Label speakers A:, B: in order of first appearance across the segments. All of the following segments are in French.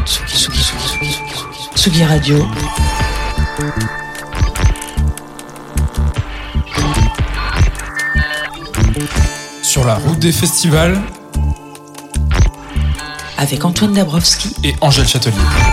A: Tsugi Radio.
B: Sur la route des festivals.
A: Avec Antoine Dabrowski
B: et Angèle Châtelier.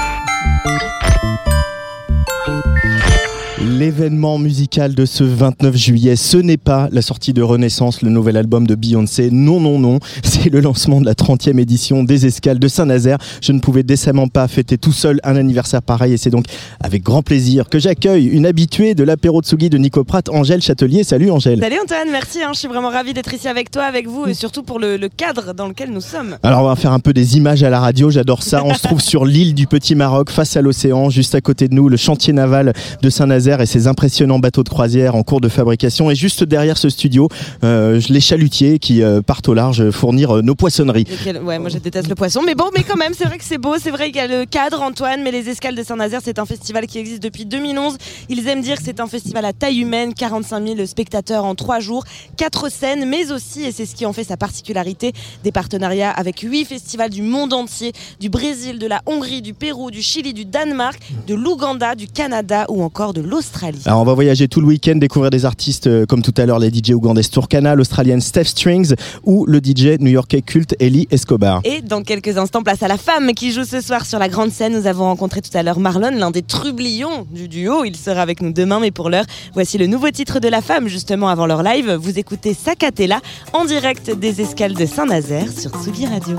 C: L'événement musical de ce 29 juillet, ce n'est pas la sortie de Renaissance, le nouvel album de Beyoncé. Non, c'est le lancement de la 30e édition des Escales de Saint-Nazaire. Je ne pouvais décemment pas fêter tout seul un anniversaire pareil et c'est donc avec grand plaisir que j'accueille une habituée de l'apéro Tsugi de Nico Pratt, Angèle Châtelier. Salut Angèle.
D: Salut Antoine, merci, je suis vraiment ravie d'être ici avec toi, avec vous et surtout pour le cadre dans lequel nous sommes.
C: Alors on va faire un peu des images à la radio, j'adore ça. On se trouve sur l'île du Petit Maroc, face à l'océan, juste à côté de nous, le chantier naval de Saint-Nazaire et ses impressionnants bateaux de croisière en cours de fabrication. Et juste derrière ce studio, les chalutiers qui partent au large fournir nos poissonneries.
D: Ouais, moi je déteste le poisson, mais quand même, c'est vrai que c'est beau, c'est vrai qu'il y a le cadre, Antoine, mais les Escales de Saint-Nazaire, c'est un festival qui existe depuis 2011. Ils aiment dire que c'est un festival à taille humaine, 45 000 spectateurs en 3 jours, 4 scènes, mais aussi, et c'est ce qui en fait sa particularité, des partenariats avec 8 festivals du monde entier, du Brésil, de la Hongrie, du Pérou, du Chili, du Danemark, de l'Ouganda, du Canada ou encore de l'Australie.
C: Alors on va voyager tout le week-end, découvrir des artistes comme tout à l'heure les DJ ougandaises Turkana, l'Australienne Steph Strings ou le DJ new-yorkais culte Eli Escobar.
D: Et dans quelques instants, place à la femme qui joue ce soir sur la grande scène. Nous avons rencontré tout à l'heure Marlon, l'un des trublions du duo. Il sera avec nous demain, mais pour l'heure, voici le nouveau titre de la femme, justement avant leur live. Vous écoutez Sakatella en direct des Escales de Saint-Nazaire sur Tsugi Radio.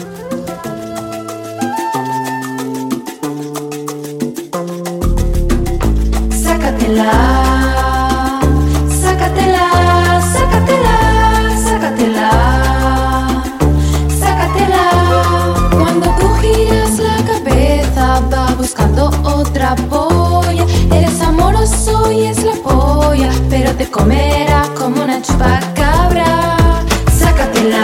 E: Sakatella. Buscando otra polla, eres amoroso y es la polla, pero te comerá como una chupacabra. Sácatela.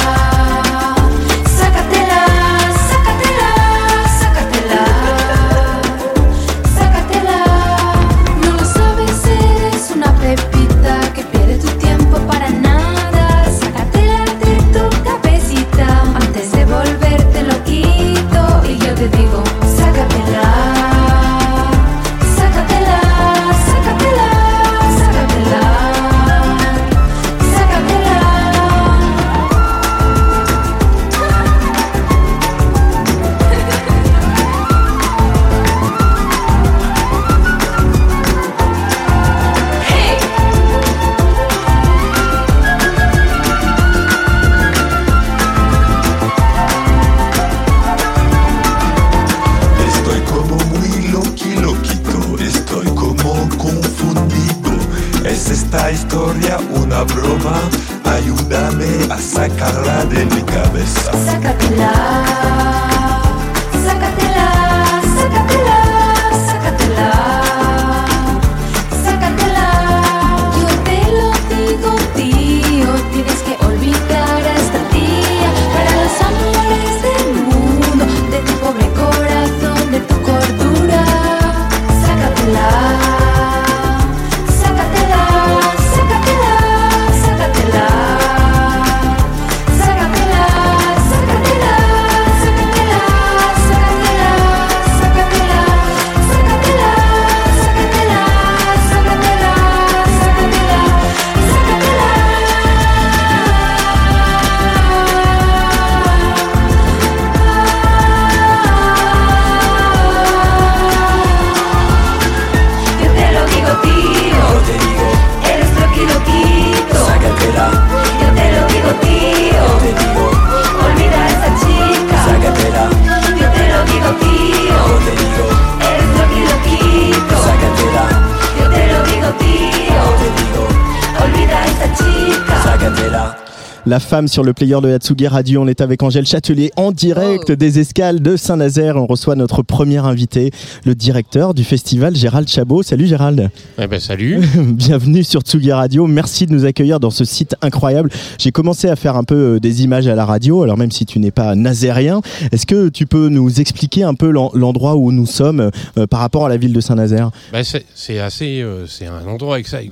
C: La femme sur le player de la Tsugi Radio. On est avec Angèle Châtelier en direct des Escales de Saint-Nazaire. On reçoit notre premier invité, le directeur du festival, Gérald Chabot. Salut Gérald.
F: Salut.
C: Bienvenue sur Tsugi Radio. Merci de nous accueillir dans ce site incroyable. J'ai commencé à faire un peu des images à la radio, alors même si tu n'es pas nazérien, est-ce que tu peux nous expliquer un peu l'endroit où nous sommes par rapport à la ville de Saint-Nazaire ?
F: C'est un endroit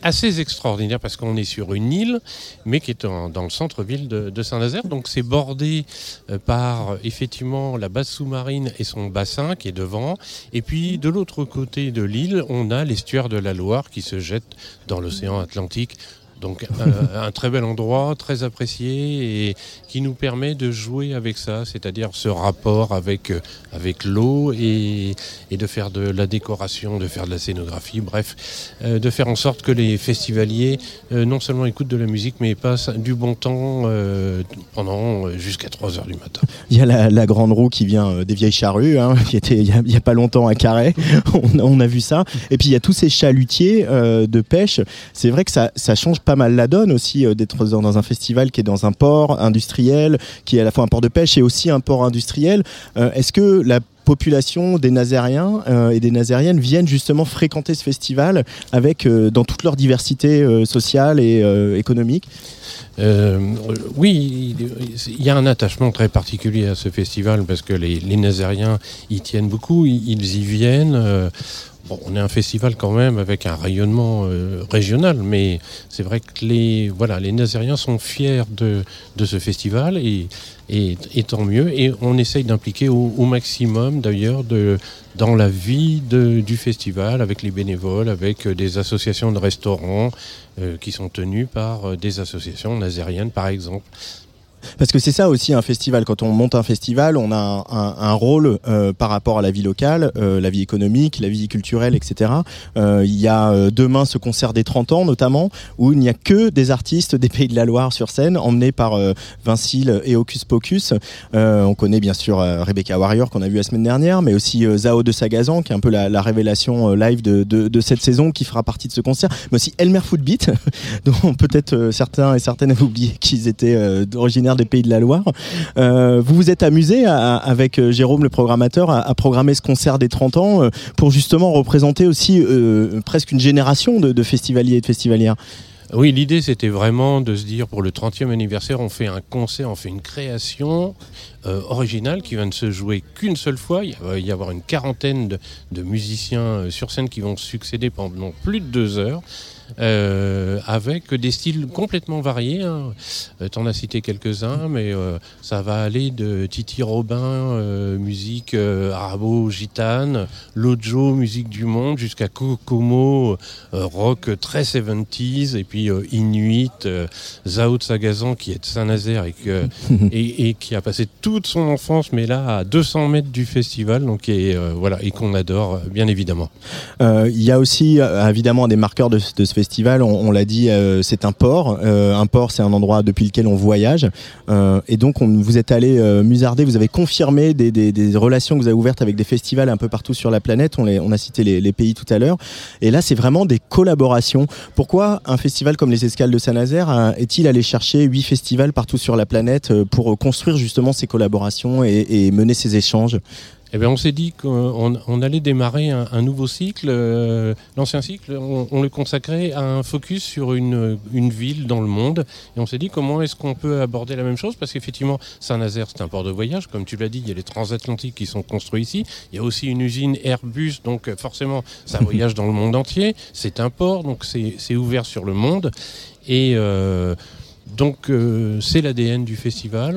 F: assez extraordinaire parce qu'on est sur une île, mais qui est dans le centre-ville de Saint-Nazaire. Donc c'est bordé par effectivement la base sous-marine et son bassin qui est devant. Et puis de l'autre côté de l'île, on a l'estuaire de la Loire qui se jette dans l'océan Atlantique. Donc un très bel endroit, très apprécié et qui nous permet de jouer avec ça, c'est-à-dire ce rapport avec l'eau et de faire de la décoration, de faire de la scénographie, bref, de faire en sorte que les festivaliers non seulement écoutent de la musique mais passent du bon temps pendant jusqu'à 3h du matin.
C: Il y a la grande roue qui vient des Vieilles Charrues, qui était il y a pas longtemps à Carhaix, on a vu ça. Et puis il y a tous ces chalutiers de pêche. C'est vrai que ça change pas mal la donne aussi d'être dans un festival qui est dans un port industriel, qui est à la fois un port de pêche et aussi un port industriel. Est-ce que la population des Nazériens et des Nazériennes viennent justement fréquenter ce festival avec dans toute leur diversité sociale et économique?
F: Oui, il y a un attachement très particulier à ce festival parce que les Nazériens y tiennent beaucoup, ils y viennent. Bon, on est un festival quand même avec un rayonnement régional, mais c'est vrai que les Nazériens sont fiers de ce festival et tant mieux. Et on essaye d'impliquer au maximum d'ailleurs dans la vie du festival avec les bénévoles, avec des associations de restaurants qui sont tenues par des associations nazériennes par exemple.
C: Parce que c'est ça aussi un festival. Quand on monte un festival, on a un rôle par rapport à la vie locale, la vie économique, la vie culturelle, etc. Il y a demain ce concert des 30 ans notamment, où il n'y a que des artistes des Pays de la Loire sur scène, emmenés par Vincile et Hocus Pocus. On connaît bien sûr Rebecca Warrior qu'on a vu la semaine dernière, mais aussi Zao de Sagazan, qui est un peu la révélation live de cette saison, qui fera partie de ce concert, mais aussi Elmer Footbeat, dont peut-être certains et certaines avaient oublié qu'ils étaient originaires des Pays de la Loire. Vous vous êtes amusé avec Jérôme le programmateur à programmer ce concert des 30 ans pour justement représenter aussi presque une génération de festivaliers et de festivalières.
F: Oui, l'idée c'était vraiment de se dire pour le 30e anniversaire, on fait un concert, on fait une création originale qui va ne se jouer qu'une seule fois. Il va y avoir une quarantaine de musiciens sur scène qui vont succéder pendant plus de 2 heures. Avec des styles complètement variés. T'en as cité quelques-uns, mais ça va aller de Titi Robin, musique arabo-gitane, Lojo, musique du monde, jusqu'à Kokomo, rock très 70s, et puis Inuit, Zao de Sagazan qui est de Saint-Nazaire et qui a passé toute son enfance, mais là à 200 mètres du festival, donc et qu'on adore bien évidemment.
C: Il y a aussi évidemment des marqueurs de ce festival, on l'a dit, c'est un port. Un port, c'est un endroit depuis lequel on voyage. Et donc, vous êtes allé musarder, vous avez confirmé des relations que vous avez ouvertes avec des festivals un peu partout sur la planète. On a cité les pays tout à l'heure. Et là, c'est vraiment des collaborations. Pourquoi un festival comme les Escales de Saint-Nazaire est-il allé chercher 8 festivals partout sur la planète pour construire justement ces collaborations et mener ces échanges ?
F: Eh bien, on s'est dit qu'on allait démarrer un nouveau cycle. L'ancien cycle, on le consacrait à un focus sur une ville dans le monde. Et on s'est dit comment est-ce qu'on peut aborder la même chose, parce qu'effectivement, Saint-Nazaire, c'est un port de voyage. Comme tu l'as dit, il y a les transatlantiques qui sont construits ici. Il y a aussi une usine Airbus, donc forcément, ça voyage dans le monde entier. C'est un port, donc c'est ouvert sur le monde. Et donc c'est l'ADN du festival,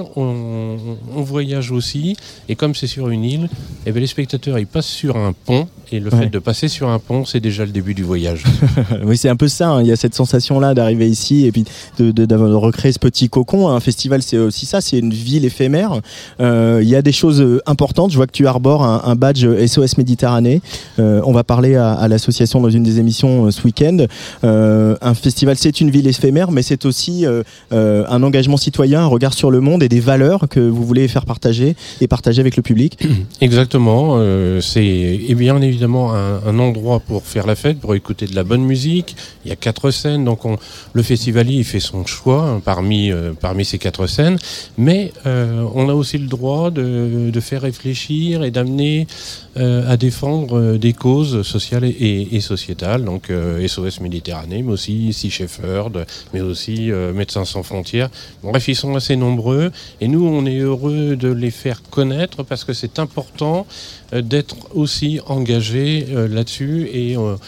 F: on voyage aussi, et comme c'est sur une île, eh bien, les spectateurs ils passent sur un pont, et le fait de passer sur un pont, c'est déjà le début du voyage.
C: Oui, c'est un peu ça, il y a cette sensation-là d'arriver ici et puis de recréer ce petit cocon. Un festival, c'est aussi ça, c'est une ville éphémère. Il y a des choses importantes, je vois que tu arbores un badge SOS Méditerranée. On va parler à l'association dans une des émissions ce week-end. Un festival, c'est une ville éphémère, mais c'est aussi un engagement citoyen, un regard sur le monde et des valeurs que vous voulez faire partager et partager avec le public.
F: Exactement, c'est bien évidemment un endroit pour faire la fête, pour écouter de la bonne musique. Il y a 4 scènes, donc le festivalier il fait son choix parmi ces 4 scènes, mais on a aussi le droit de faire réfléchir et d'amener à défendre des causes sociales et sociétales, donc SOS Méditerranée, mais aussi Sea Shepherd, mais aussi Médecins sans frontières. Bref, ils sont assez nombreux et nous, on est heureux de les faire connaître parce que c'est important d'être aussi engagé là-dessus et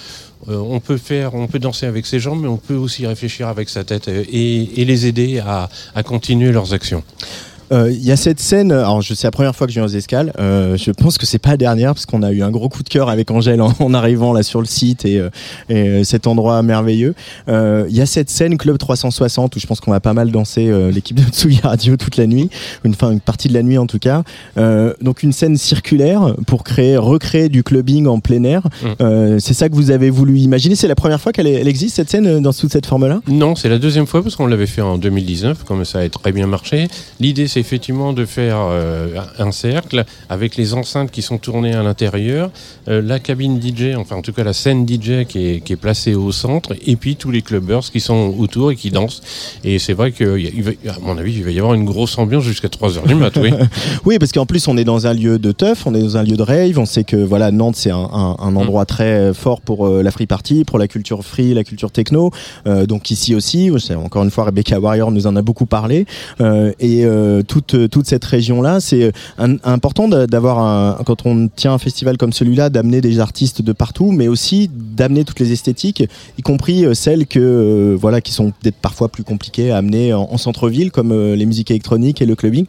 F: on peut danser avec ses jambes, mais on peut aussi réfléchir avec sa tête et les aider à continuer leurs actions.
C: Il y a cette scène, alors c'est la première fois que je viens aux Escales, je pense que c'est pas la dernière parce qu'on a eu un gros coup de cœur avec Angèle en arrivant là sur le site et cet endroit merveilleux. Il y a cette scène Club 360 où je pense qu'on va pas mal danser l'équipe de Tsugi Radio toute la nuit, une partie de la nuit en tout cas. Donc une scène circulaire pour recréer du clubbing en plein air. C'est ça que vous avez voulu imaginer. C'est la première fois qu'elle existe cette scène dans toute cette forme-là ?
F: Non, c'est la deuxième fois parce qu'on l'avait fait en 2019, comme ça a très bien marché. L'idée c'est effectivement de faire un cercle avec les enceintes qui sont tournées à l'intérieur, la cabine DJ, enfin en tout cas la scène DJ qui est placée au centre, et puis tous les clubbers qui sont autour et qui dansent. Et c'est vrai qu'à mon avis, il va y avoir une grosse ambiance jusqu'à 3h du mat', oui.
C: Oui, parce qu'en plus on est dans un lieu de teuf, on est dans un lieu de rave, on sait que voilà, Nantes c'est un endroit très fort pour la free party, pour la culture free, la culture techno, donc ici aussi, encore une fois Rebecca Warrior nous en a beaucoup parlé, et toute cette région-là, c'est important d'avoir quand on tient un festival comme celui-là, d'amener des artistes de partout, mais aussi d'amener toutes les esthétiques, y compris celles qui sont peut-être parfois plus compliquées à amener en centre-ville, comme les musiques électroniques et le clubbing.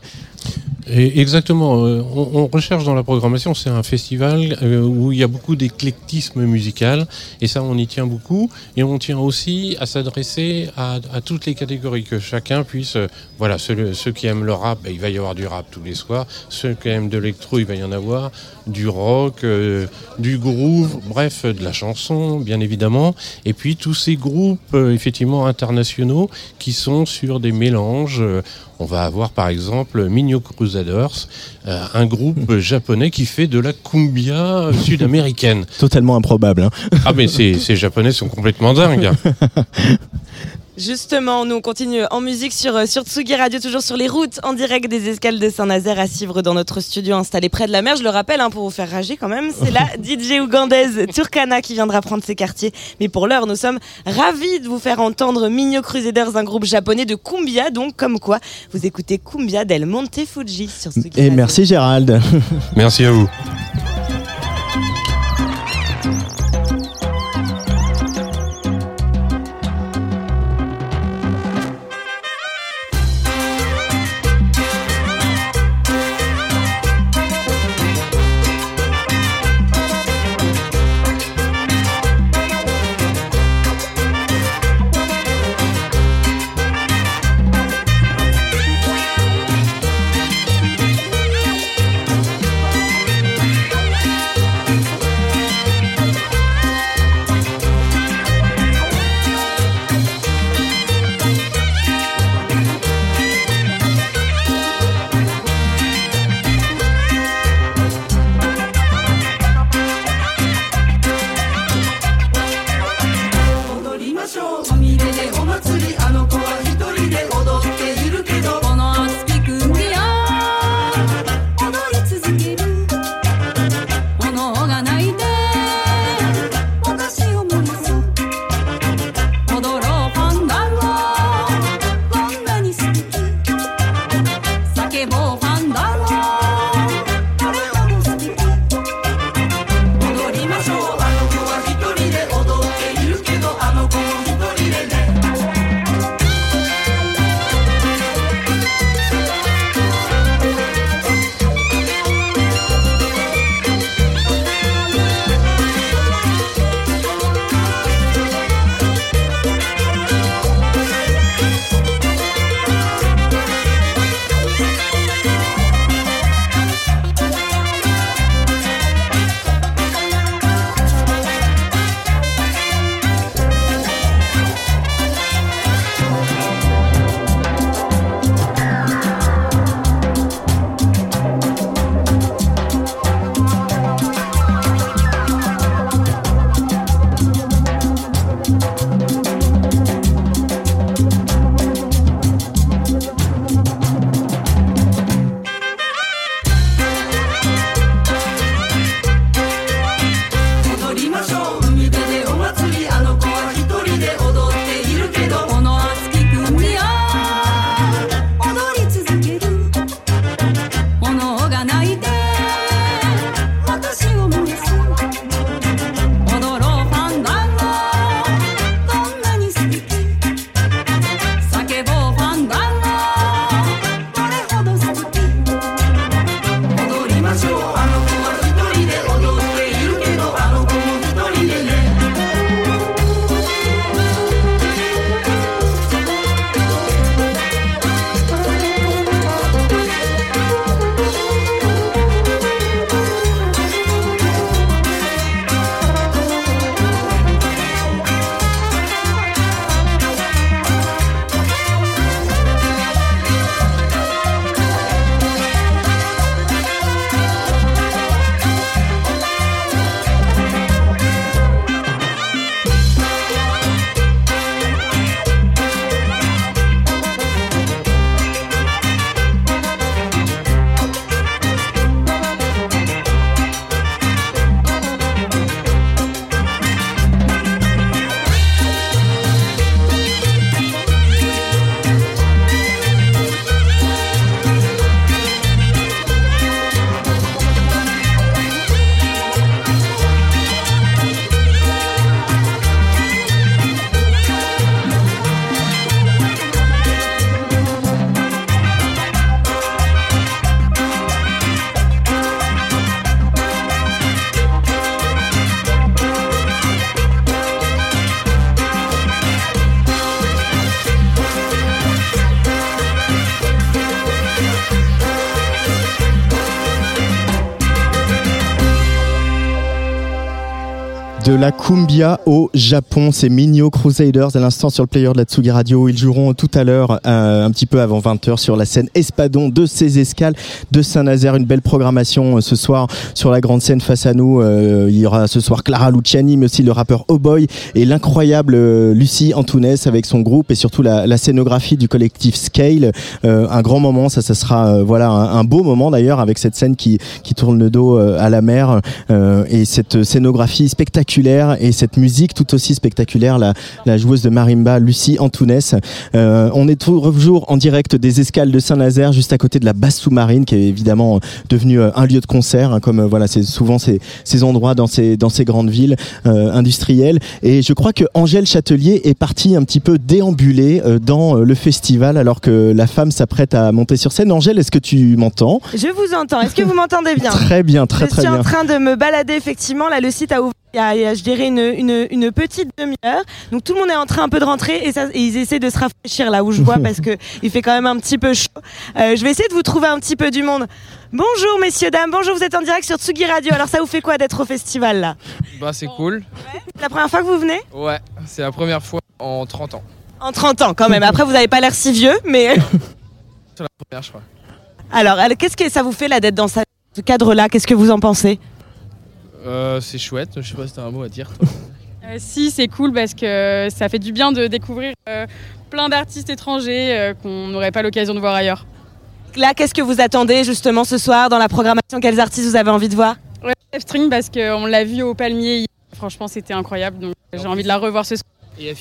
F: Et exactement, on recherche dans la programmation, c'est un festival où il y a beaucoup d'éclectisme musical, et ça on y tient beaucoup, et on tient aussi à s'adresser à toutes les catégories, que chacun puisse, ceux qui aiment le rap, il va y avoir du rap tous les soirs, ceux qui aiment de l'électro, il va y en avoir, du rock, du groove, bref, de la chanson bien évidemment, et puis tous ces groupes effectivement internationaux qui sont sur des mélanges. On va avoir par exemple Minho Crusaders, un groupe japonais qui fait de la cumbia sud-américaine.
C: Totalement improbable. Hein.
F: Ah mais ces japonais sont complètement dingues.
D: Justement, nous on continue en musique sur Tsugi Radio, toujours sur les routes, en direct des Escales de Saint-Nazaire à Civres, dans notre studio installé près de la mer. Je le rappelle, pour vous faire rager quand même, c'est la DJ ougandaise Turkana qui viendra prendre ses quartiers. Mais pour l'heure, nous sommes ravis de vous faire entendre Minho Crusaders, un groupe japonais de cumbia, donc comme quoi vous écoutez Cumbia del Monte Fuji sur Tsugi Radio.
C: Et merci Gérald.
F: Merci à vous.
C: De la cumbia au Japon, c'est Minyo Crusaders à l'instant sur le player de la Tsugi Radio. Ils joueront tout à l'heure, un petit peu avant 20h, sur la scène Espadon de ces escales de Saint-Nazaire. Une belle programmation ce soir sur la grande scène face à nous. Il y aura ce soir Clara Luciani, mais aussi le rappeur Oh Boy et l'incroyable Lucie Antunes avec son groupe et surtout la scénographie du collectif Scale. Un grand moment, ça sera voilà un beau moment d'ailleurs avec cette scène qui tourne le dos à la mer et cette scénographie spectaculaire et cette musique tout aussi spectaculaire, la joueuse de marimba Lucie Antunes. On est toujours en direct des escales de Saint-Nazaire, juste à côté de la base sous-marine, qui est évidemment devenue un lieu de concert, comme voilà, c'est souvent ces endroits dans ces grandes villes industrielles. Et je crois que Angèle Châtelier est partie un petit peu déambuler dans le festival alors que la femme s'apprête à monter sur scène. Angèle, est-ce que tu m'entends ?
D: Je vous entends. Est-ce que vous m'entendez bien ?
C: Très bien, très bien.
D: Je suis en train de me balader effectivement. Là, le site a ouvert il y a, je dirais, une petite demi-heure. Donc tout le monde est en train un peu de rentrer et ils essaient de se rafraîchir là où je vois parce que il fait quand même un petit peu chaud. Je vais essayer de vous trouver un petit peu du monde. Bonjour messieurs, dames. Bonjour, vous êtes en direct sur Tsugi Radio. Alors ça vous fait quoi d'être au festival là ?
G: Bah c'est cool.
D: Ouais. C'est la première fois que vous venez ?
G: Ouais, c'est la première fois en 30 ans.
D: En 30 ans quand même. Après vous n'avez pas l'air si vieux, mais...
G: C'est la première, je crois.
D: Alors qu'est-ce que ça vous fait là d'être dans ce cadre-là ? Qu'est-ce que vous en pensez ?
G: C'est chouette, je sais pas si t'as un mot à dire toi.
H: Si, c'est cool parce que ça fait du bien de découvrir plein d'artistes étrangers qu'on n'aurait pas l'occasion de voir ailleurs.
D: Là, qu'est-ce que vous attendez justement ce soir dans la programmation ? Quels artistes vous avez envie de voir ?
H: Ouais, F-String parce qu'on l'a vu au Palmier, franchement c'était incroyable, donc j'ai envie de la revoir ce soir.
G: Et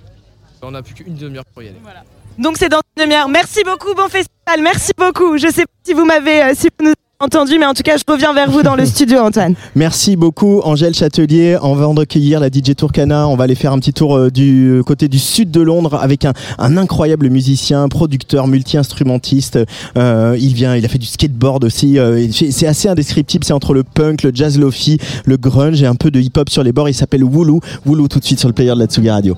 G: on n'a plus qu'une demi-heure pour y aller.
H: Voilà.
D: Donc c'est dans une demi-heure. Merci beaucoup, bon festival, merci beaucoup. Je sais pas si vous m'avez nous avez entendu, mais en tout cas je reviens vers vous dans le studio, Antoine.
C: Merci beaucoup Angèle Châtelier. On va recueillir la DJ Turkana. On va aller faire un petit tour du côté du sud de Londres avec un incroyable musicien, producteur, multi-instrumentiste. Il a fait du skateboard aussi. C'est assez indescriptible. C'est entre le punk, le jazz lofi, le grunge et un peu de hip-hop sur les bords. Il s'appelle Wooloo. Wooloo tout de suite sur le player de la Tsugi Radio.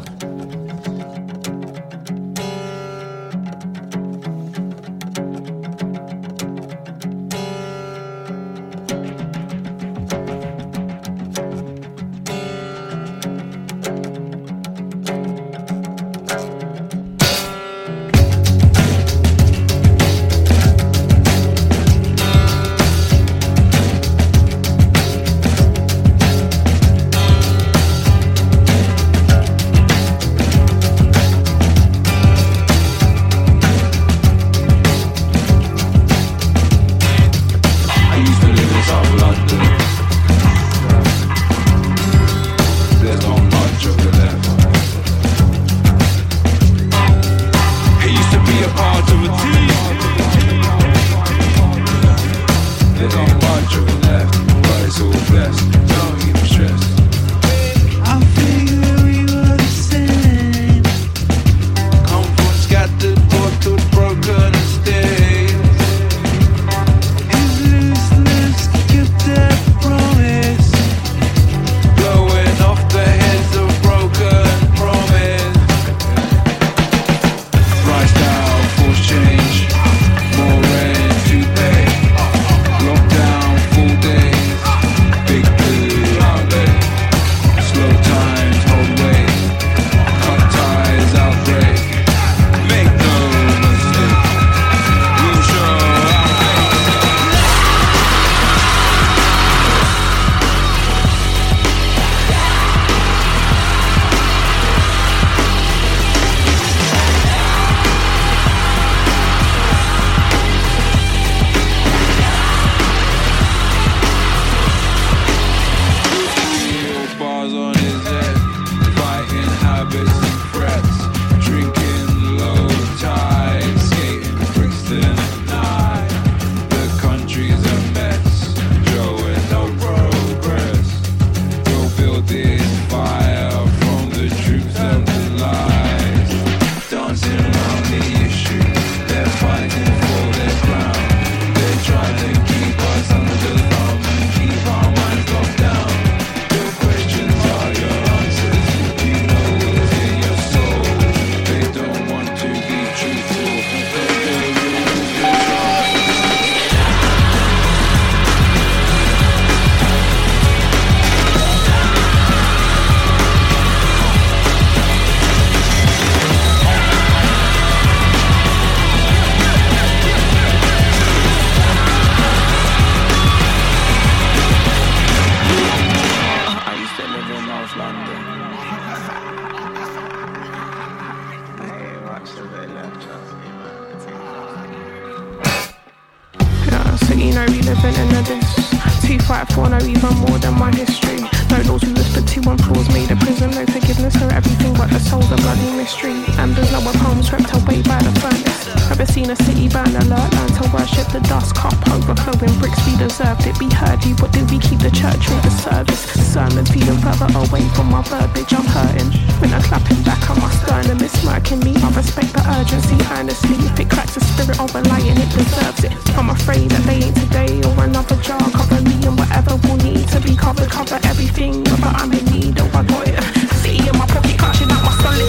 I: beauty, no reliving in the diss. 254, no even more than my history. No laws we whispered to on floors made a prison. No forgiveness for everything but the soul's a bloody mystery. And there's no one home swept away by the furnace. Ever seen a city burn alert? Learn to worship the dust cup overflowing bricks. We deserved it. We heard you, but did we keep the church with the service? Sermons feeling further away from my verbiage. I'm hurting when I'm clapping back on my sternum. It's smirking me. I respect the urgency earnestly. If it cracks the spirit of a lion, it deserves it. I'm afraid that they ain't today or another jar. Cover me and whatever we'll need to be covered. Cover everything, but I'm in need. Oh, I got it. City in my pocket, clutching out my solid.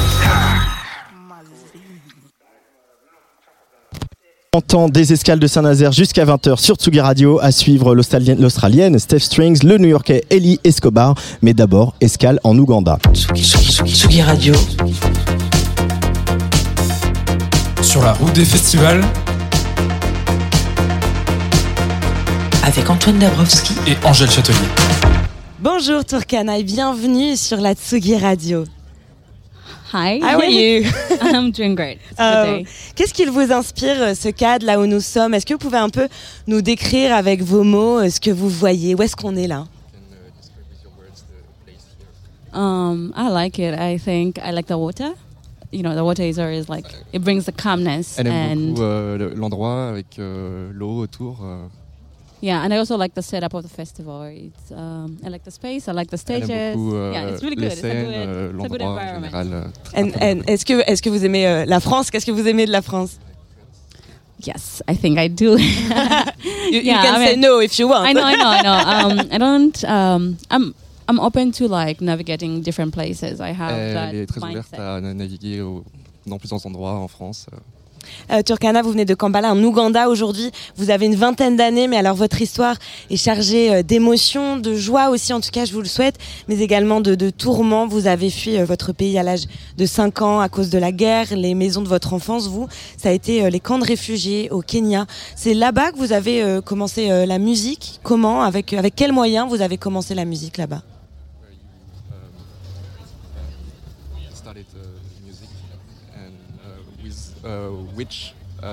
C: Temps des escales de Saint-Nazaire jusqu'à 20h sur Tsugi Radio, à suivre l'Australienne Steph Strings, le New-Yorkais Eli Escobar, mais d'abord escale en Ouganda.
A: Tsugi Radio.
B: Sur la route des festivals
A: Avec Antoine Dabrowski
B: et Angèle Châtelier.
D: Bonjour Turkana et bienvenue sur la Tsugi Radio.
J: Hi.
D: How are you?
J: I'm doing great. It's a good day.
D: Qu'est-ce qui vous inspire, ce cadre là où nous sommes? Est-ce que vous pouvez un peu nous décrire avec vos mots ce que vous voyez? Où est-ce qu'on est là?
J: I like it. I think I like the water. You know, the water is always like, it brings the calmness.
K: Elle aime beaucoup l'endroit avec l'eau autour.
J: Yeah, and I also like the setup of the festival. It's I like the space, I like the stages.
K: Yeah,
J: it's really good. It's a good environment.
D: And est-ce que vous aimez la France? Qu'est-ce que vous aimez de la France?
J: Yes, I think I do.
D: you can say no if you want.
J: I know. I don't. I'm open to like navigating different places. I have that mindset.
K: Elle est très ouverte à naviguer dans plusieurs endroits en France.
D: Turkana, vous venez de Kampala en Ouganda aujourd'hui, vous avez une vingtaine d'années, mais alors votre histoire est chargée d'émotions, de joie aussi, en tout cas je vous le souhaite, mais également de tourments. Vous avez fui votre pays à l'âge de 5 ans à cause de la guerre, les maisons de votre enfance, ça a été les camps de réfugiés au Kenya. C'est là-bas que vous avez commencé la musique. Comment, avec quels moyens vous avez commencé la musique là-bas?
K: Which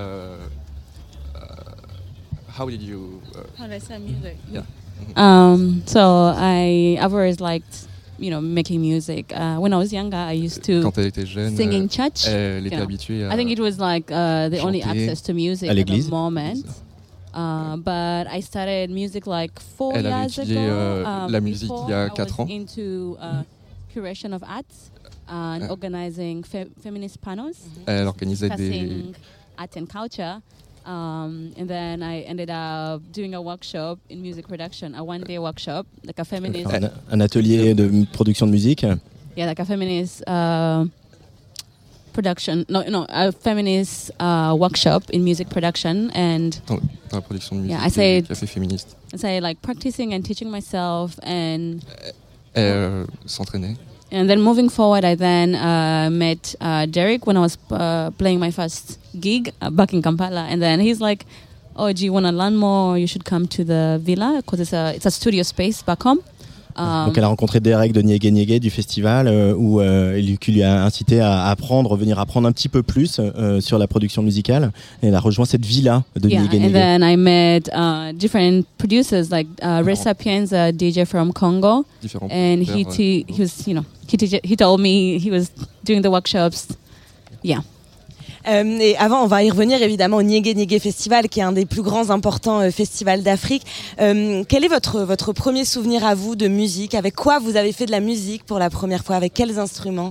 K: how did you
J: how did I start music?
K: Yeah.
J: So I've always liked, you know, making music. When I was younger, I used to
K: Quand elle était jeune,
J: sing in church.
K: Elle était habituée à
J: I think it was like the only access to music at the moment. But I started music like 4 years ago.
K: La musique il y a 4 ans.
J: I was into curation of arts. And organizing feminist panels,
K: Elle organisait
J: discussing art and culture, and then I ended up doing a workshop in music production, a one-day workshop, like a feminist.
C: Un atelier de production de musique.
J: Yeah, like a feminist production. No, a feminist workshop in music production, and
K: dans la production de musique.
J: Yeah, I say
K: café féministe.
J: I say like practicing and teaching myself and
K: s'entraîner.
J: And then moving forward, I then met Derek when I was playing my first gig back in Kampala. And then he's like, "Oh, do you want to learn more? You should come to the villa because it's a studio space back home."
C: Donc elle a rencontré Derek de Niégué Niégué du festival qui lui a incité à venir apprendre un petit peu plus sur la production musicale. Et elle a rejoint cette villa de Niégué Niégué.
J: And then I met different producers like Ray Sapiens, a DJ from Congo, and he was, you know, he told me he was doing the workshops. Yeah.
D: Et avant, on va y revenir évidemment au Niégué Niégué Festival, qui est un des plus grands importants festivals d'Afrique. Quel est votre premier souvenir à vous de musique? Avec quoi vous avez fait de la musique pour la première fois? Avec quels instruments?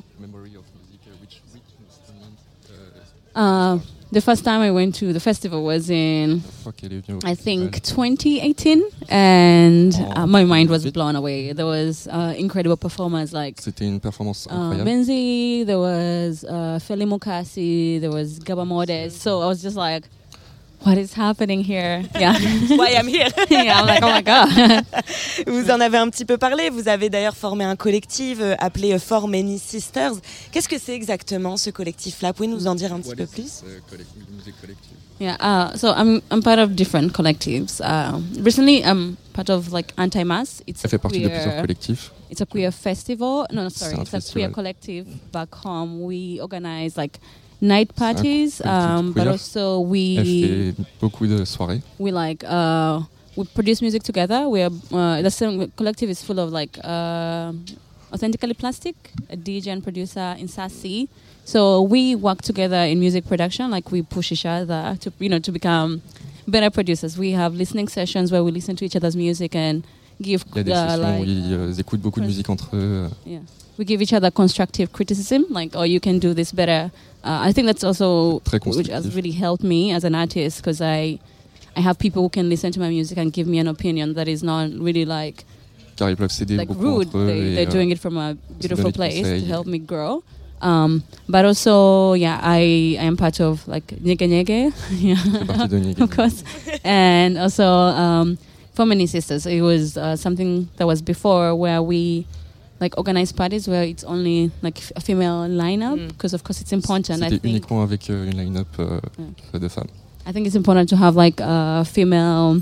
J: The first time I went to the festival was in, I think, 2018, and my mind was blown away. There was incredible performers like
K: C'était une performance incroyable.
J: Benzi, there was Feli Mukasi, there was Gaba Modes. So I was just like, what is happening here? Yeah.
D: Why I'm here?
J: Yeah, I'm like, oh my God.
D: Vous en avez un petit peu parlé. Vous avez d'ailleurs formé un collectif appelé For Many Sisters. Qu'est-ce que c'est exactement ce collectif-là? Pouvez-vous nous en dire un petit peu plus?
J: Yeah, so I'm part of different collectives. Recently, I'm part of like Anti-Mass.
K: Elle fait partie de plusieurs collectifs.
J: It's a queer festival. No, sorry,
K: C'est un
J: it's a
K: festival.
J: queer collective back home. We organize like night parties, but
K: queer.
J: also
K: Elle
J: we
K: fait beaucoup de soirées.
J: we produce music together. We are the same collective is full of like Authentically Plastic, a DJ and producer in Sassy. So we work together in music production. Like we push each other to become better producers. We have listening sessions where we listen to each other's music and give.
K: Il y a des sessions où ils écoutent beaucoup de musique entre eux.
J: Yeah. We give each other constructive criticism, like, oh, you can do this better. I think that's also which has really helped me as an artist, because I have people who can listen to my music and give me an opinion that is not really like
K: Car ils peuvent s'aider
J: like
K: beaucoup
J: rude.
K: entre eux.
J: They're doing it from a beautiful place to
K: conseils.
J: help me grow. But also, yeah, I am part of like Nyege Nyege, yeah, of course, and also Femini Sisters. It was something that was before where we like organize parties where it's only like a female lineup, because of course it's important. I
K: C'était
J: think
K: uniquement avec une line-up de femmes.
J: I think it's important to have like female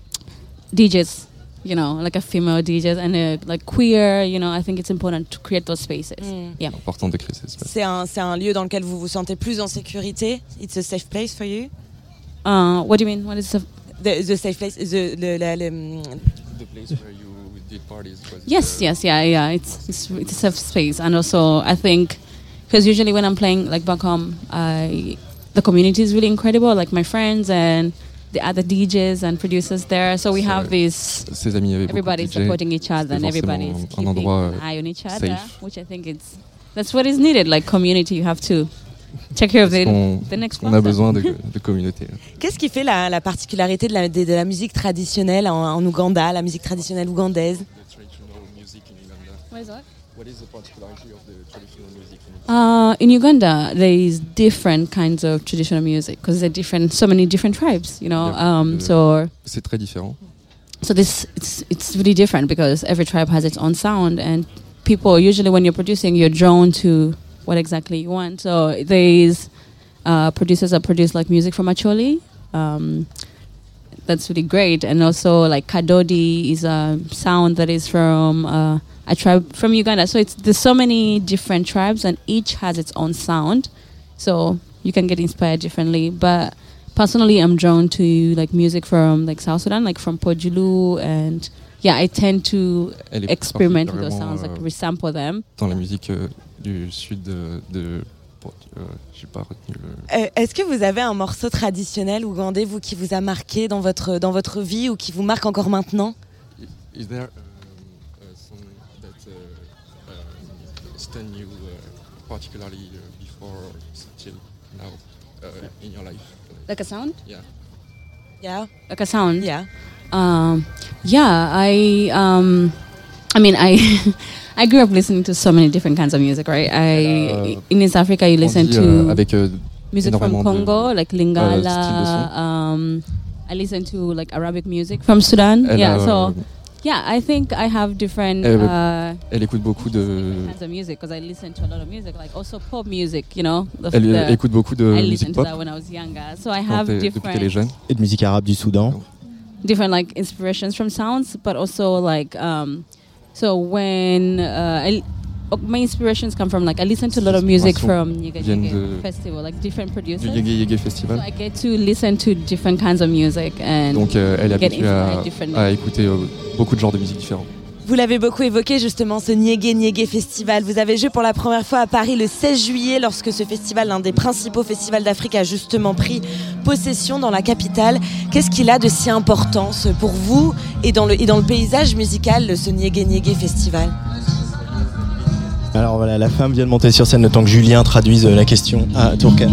J: DJs. You know, like a female DJs and like queer, you know, I think it's important to create those spaces. Yeah.
K: C'est important de créer ces espaces.
D: C'est un lieu dans lequel vous vous sentez plus en sécurité. It's a safe place for you.
J: What do you mean? What is
D: the safe place?
K: The place where you did parties.
J: Yes, yeah. It's a safe space, and also I think because usually when I'm playing like back home, the community is really incredible. Like my friends and the other DJs and producers there, so we have this. Everybody's supporting each other and everybody's keeping an eye on each other, which I think that's what is needed. Like community, you have to take care of the next one.
K: On a besoin de communauté.
D: Qu'est-ce qui fait la particularité de la musique traditionnelle en Ouganda, la musique traditionnelle ougandaise?
J: What is that?
K: What is the particularity of the traditional music?
J: In Uganda, there is different kinds of traditional music because there are so many different tribes, you know. So
K: c'est très différent.
J: So it's really different because every tribe has its own sound, and people usually when you're producing, you're drawn to what exactly you want. So there's producers that produce like music from Acholi. That's really great, and also like Kadodi is a sound that is from a tribe from Uganda. So there's so many different tribes, and each has its own sound. So you can get inspired differently. But personally, I'm drawn to like music from like South Sudan, like from Pojulu, and yeah, I tend to experiment with those sounds, like resample them.
K: Dans la musique du sud de j'ai pas retenu
D: Est-ce que vous avez un morceau traditionnel ougandais, vous, qui vous a marqué dans votre vie ou qui vous marque encore maintenant?
K: Is there some that stun you particularly before or still now in your life?
J: Like a sound?
D: Yeah.
J: Like a sound?
D: Yeah.
J: I mean, I grew up listening to so many different kinds of music, right? In East Africa, you listen to music from Congo, like Lingala. I listen to like Arabic music from Sudan. I think I have different
K: elle écoute beaucoup de
J: kinds of music because I listen to a lot of music, like also pop music, you know.
K: Elle écoute beaucoup de
J: I
K: musique
J: listened
K: pop.
J: to that when I was younger, so I have different
C: Et de musique arabe du Soudan.
J: Different like inspirations from sounds, but also like so when my inspirations come from like I listen to a lot of music from Nyege Nyege Festival, like different producers.
K: Nyege Nyege Festival.
J: So I get to listen to different kinds of music and
K: donc elle est
J: get
K: habituée
J: inspired differently.
K: à écouter beaucoup de genres de musique différents.
D: Vous l'avez beaucoup évoqué justement, ce Nyege Nyege Festival. Vous avez joué pour la première fois à Paris le 16 juillet lorsque ce festival, l'un des principaux festivals d'Afrique, a justement pris possession dans la capitale. Qu'est-ce qu'il a de si important pour vous et dans le paysage musical, ce Nyege Nyege Festival?
C: Alors voilà, la femme vient de monter sur scène le temps que Julien traduise la question à Turkana.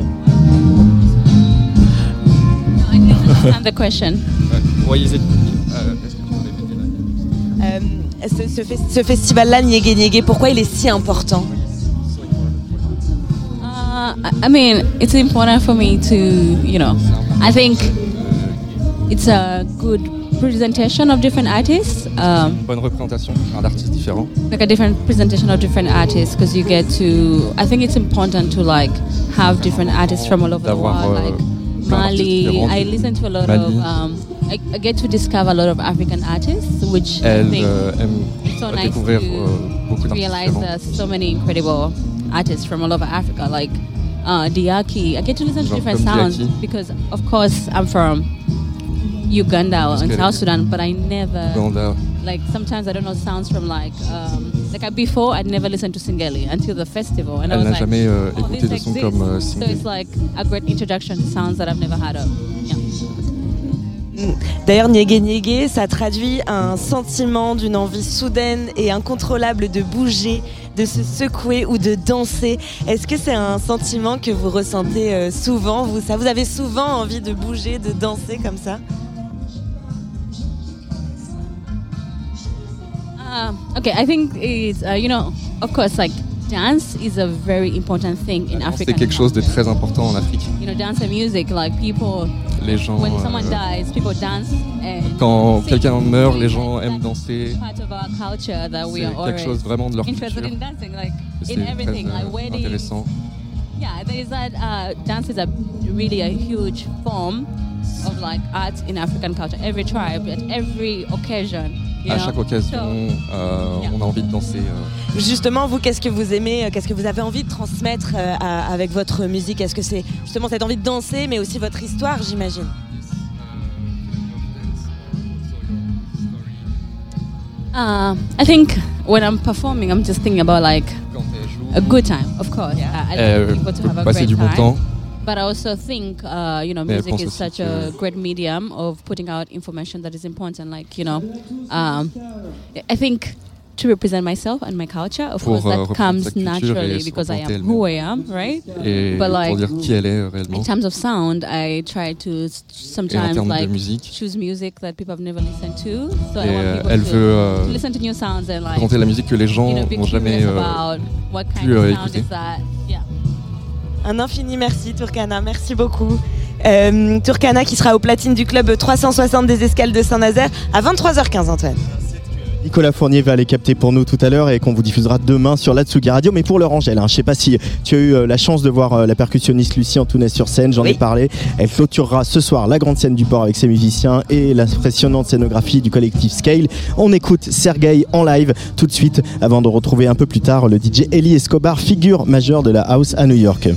J: I didn't understand the question.
K: Why is it?
D: Ce festival-là, Nyege Nyege, pourquoi il est si important?
J: I mean, it's important for me to, you know, I think it's a good presentation of different artists.
K: Bonne représentation d'artistes différents.
J: Like a different presentation of different artists, because you get to. I think it's important to like have different artists from all over the world, like Mali. I listen to a lot of. I get to discover a lot of African artists, which I think it's so nice to realize there's so many incredible artists from all over Africa. Like Diaki. I get to listen to
K: Genre
J: different
K: comme
J: sounds
K: Diaki.
J: because, of course, I'm from Uganda and South Sudan, but I never
K: Uganda.
J: like. Sometimes I don't know sounds from before I'd never listened to Singeli until the festival, and I
K: Elle
J: was
K: n'a
J: like,
K: jamais
J: oh,
K: écouté
J: this
K: de son
J: exists.
K: comme
J: So
K: Singeli.
J: it's like a great introduction to sounds that I've never heard of. Yeah.
D: D'ailleurs, Nyege Nyege, ça traduit un sentiment d'une envie soudaine et incontrôlable de bouger, de se secouer ou de danser. Est-ce que c'est un sentiment que vous ressentez souvent, vous avez souvent envie de bouger, de danser comme ça?
J: Okay, I think it's of course, like dance is a very important thing in Africa.
K: C'est quelque chose de très important en Afrique.
J: Dance and music, like people.
K: Les gens,
J: when someone dies, people dance. And
K: quand
J: sing.
K: quelqu'un meurt, les gens aiment danser.
J: Part of our culture that we
K: C'est
J: are
K: quelque chose vraiment de leur
J: interested
K: culture.
J: in dancing, like
K: C'est
J: in everything,
K: très
J: like weddings.
K: intéressant.
J: Yeah, there is that dance is really a huge form of like art in African culture. Every tribe, at every occasion.
K: À chaque occasion, on a envie de danser.
D: Justement, vous, qu'est-ce que vous aimez, qu'est-ce que vous avez envie de transmettre avec votre musique? Est-ce que c'est justement cette envie de danser, mais aussi votre histoire, j'imagine?
J: I think when I'm performing, I'm just thinking about like a good time, of course. I like people to have a
K: passer
J: great
K: du bon
J: time.
K: temps.
J: But I also think, music is such a great medium of putting out information that is important. Like, I think to represent myself and my culture, of course, that comes naturally because I am who I am, right?
K: Et
J: but like,
K: pour dire qui elle est réellement.
J: in terms of sound, I try to sometimes
K: musique,
J: choose music that people have never listened to. So
K: et
J: I want people
K: elle veut
J: to listen to new sounds and like
K: présenter la musique que les gens n'ont jamais pu écouter.
J: Yeah.
D: Un infini merci Turkana, merci beaucoup. Turkana qui sera au platine du club 360 des Escales de Saint-Nazaire à 23h15, Antoine.
C: Nicolas Fournier va les capter pour nous tout à l'heure et qu'on vous diffusera demain sur la Tsugi Radio. Mais pour l'heure, Angèle, je ne sais pas si tu as eu la chance de voir la percussionniste Lucie Antounès sur scène, j'en ai parlé. Elle clôturera ce soir la grande scène du port avec ses musiciens et l'impressionnante scénographie du collectif Scale. On écoute Sergei en live tout de suite avant de retrouver un peu plus tard le DJ Eli Escobar, figure majeure de la house à New York.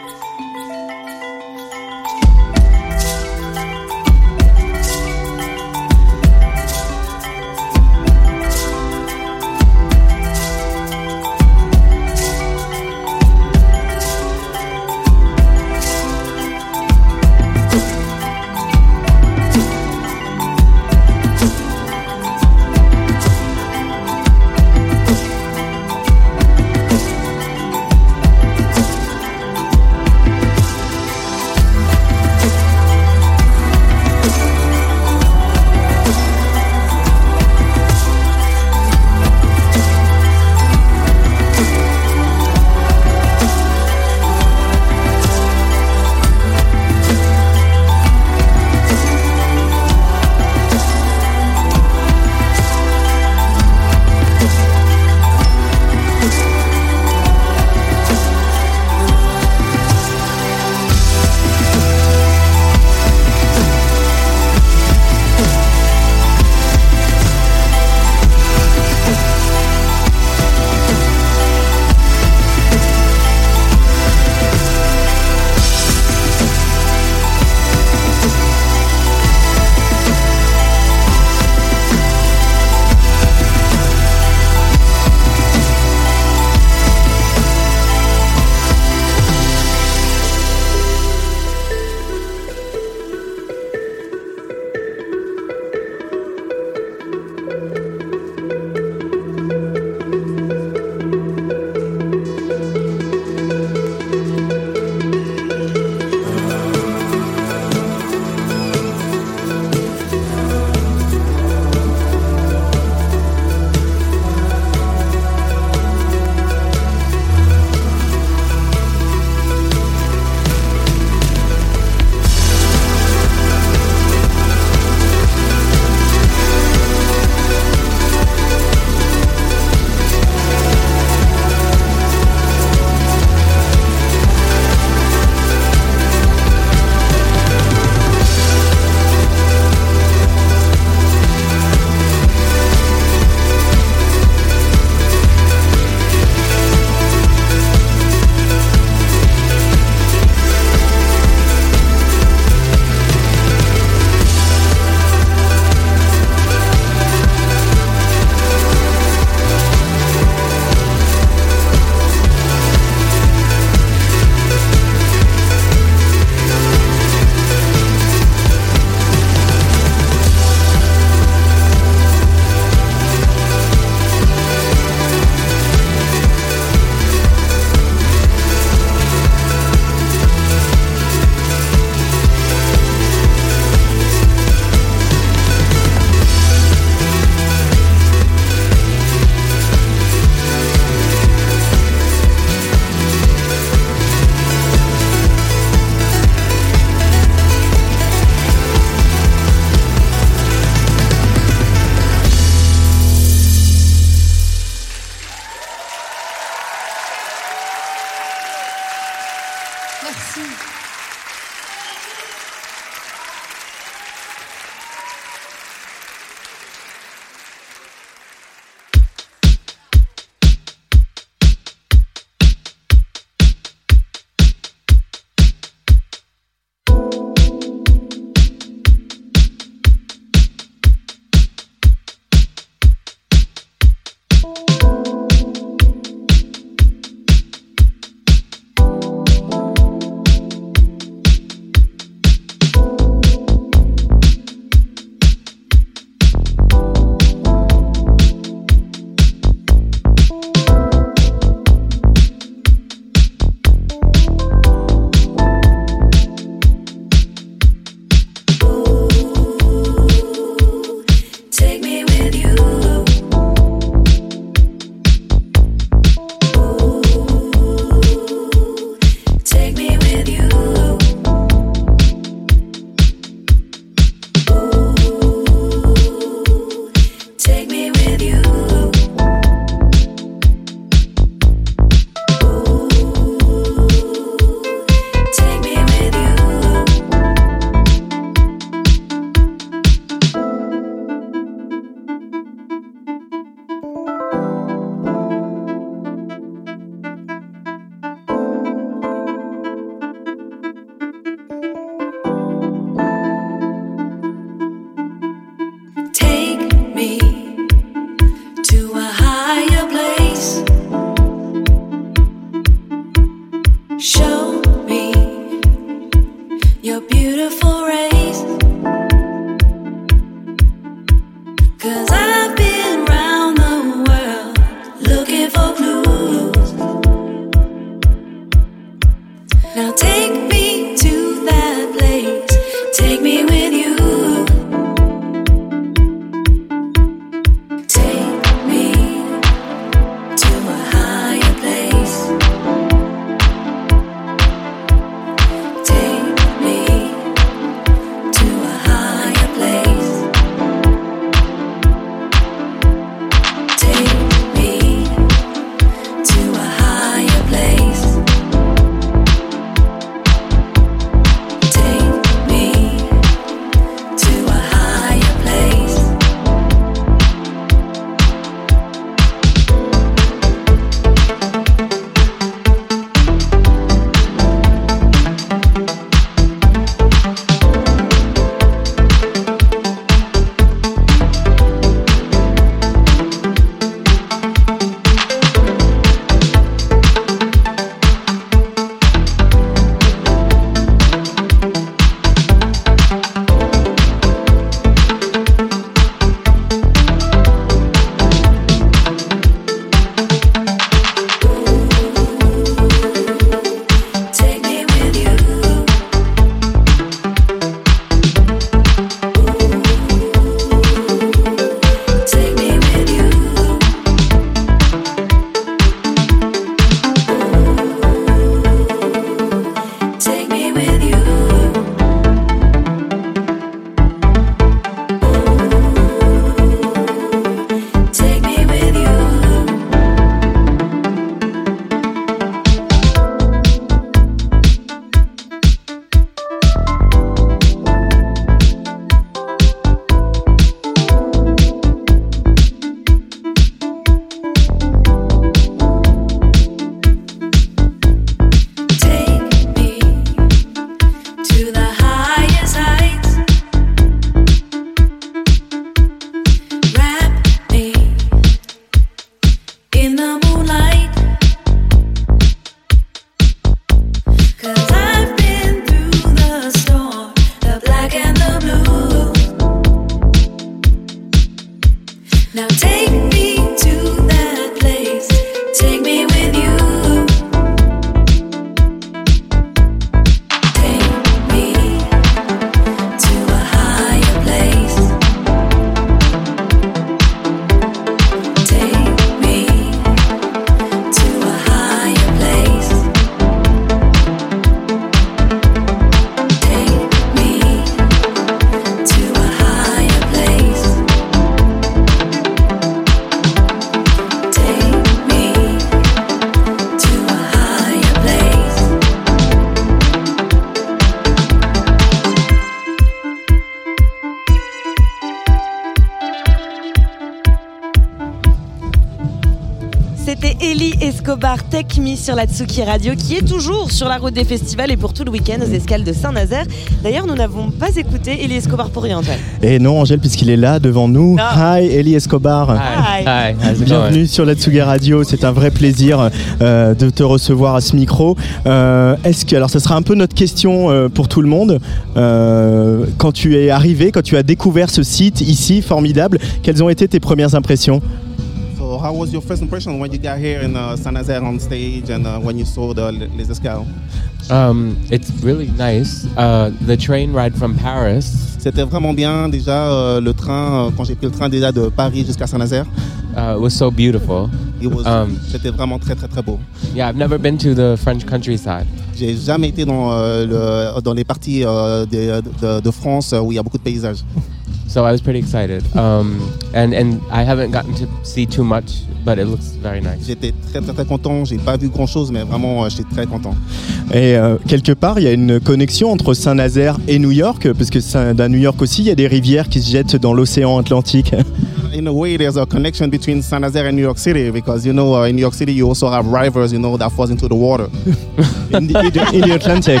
D: C'était Ellie Escobar Take Me sur la Tsugi Radio, qui est toujours sur la route des festivals et pour tout le week-end aux escales de Saint-Nazaire. D'ailleurs, nous n'avons pas écouté Ellie Escobar pour rien, Antoine.
C: Et non, Angèle, puisqu'il est là devant nous.
D: Non.
C: Hi, Ellie Escobar.
D: Hi.
C: Bienvenue sur la Tsugi Radio. C'est un vrai plaisir de te recevoir à ce micro. Alors, ce sera un peu notre question pour tout le monde. Quand tu es arrivé, quand tu as découvert ce site ici, formidable, quelles ont été tes premières impressions?
L: So how was your first impression when you got here in Saint-Nazaire on stage and when you saw Les Escales?
M: It's really nice. The train ride from Paris.
L: C'était vraiment bien déjà le train quand j'ai pris le train déjà de Paris jusqu'à Saint-Nazaire.
M: Was so beautiful.
L: C'était vraiment très très très beau.
M: Yeah, I've never been to the French countryside.
L: J'ai jamais été dans les parties de France où il y a beaucoup de paysages.
M: So I was pretty excited. And I haven't gotten to see too much, but it looks very nice.
L: J'étais très très très content. J'ai pas vu grand chose, mais vraiment j'étais très content.
C: Et quelque part, il y a une connexion entre Saint-Nazaire et New York, parce que dans New York aussi, il y a des rivières qui se jettent dans l'océan Atlantique.
L: In a way, there's a connection between Saint-Nazaire and New York City because in New York City you also have rivers, that falls into the water.
C: in the Atlantic.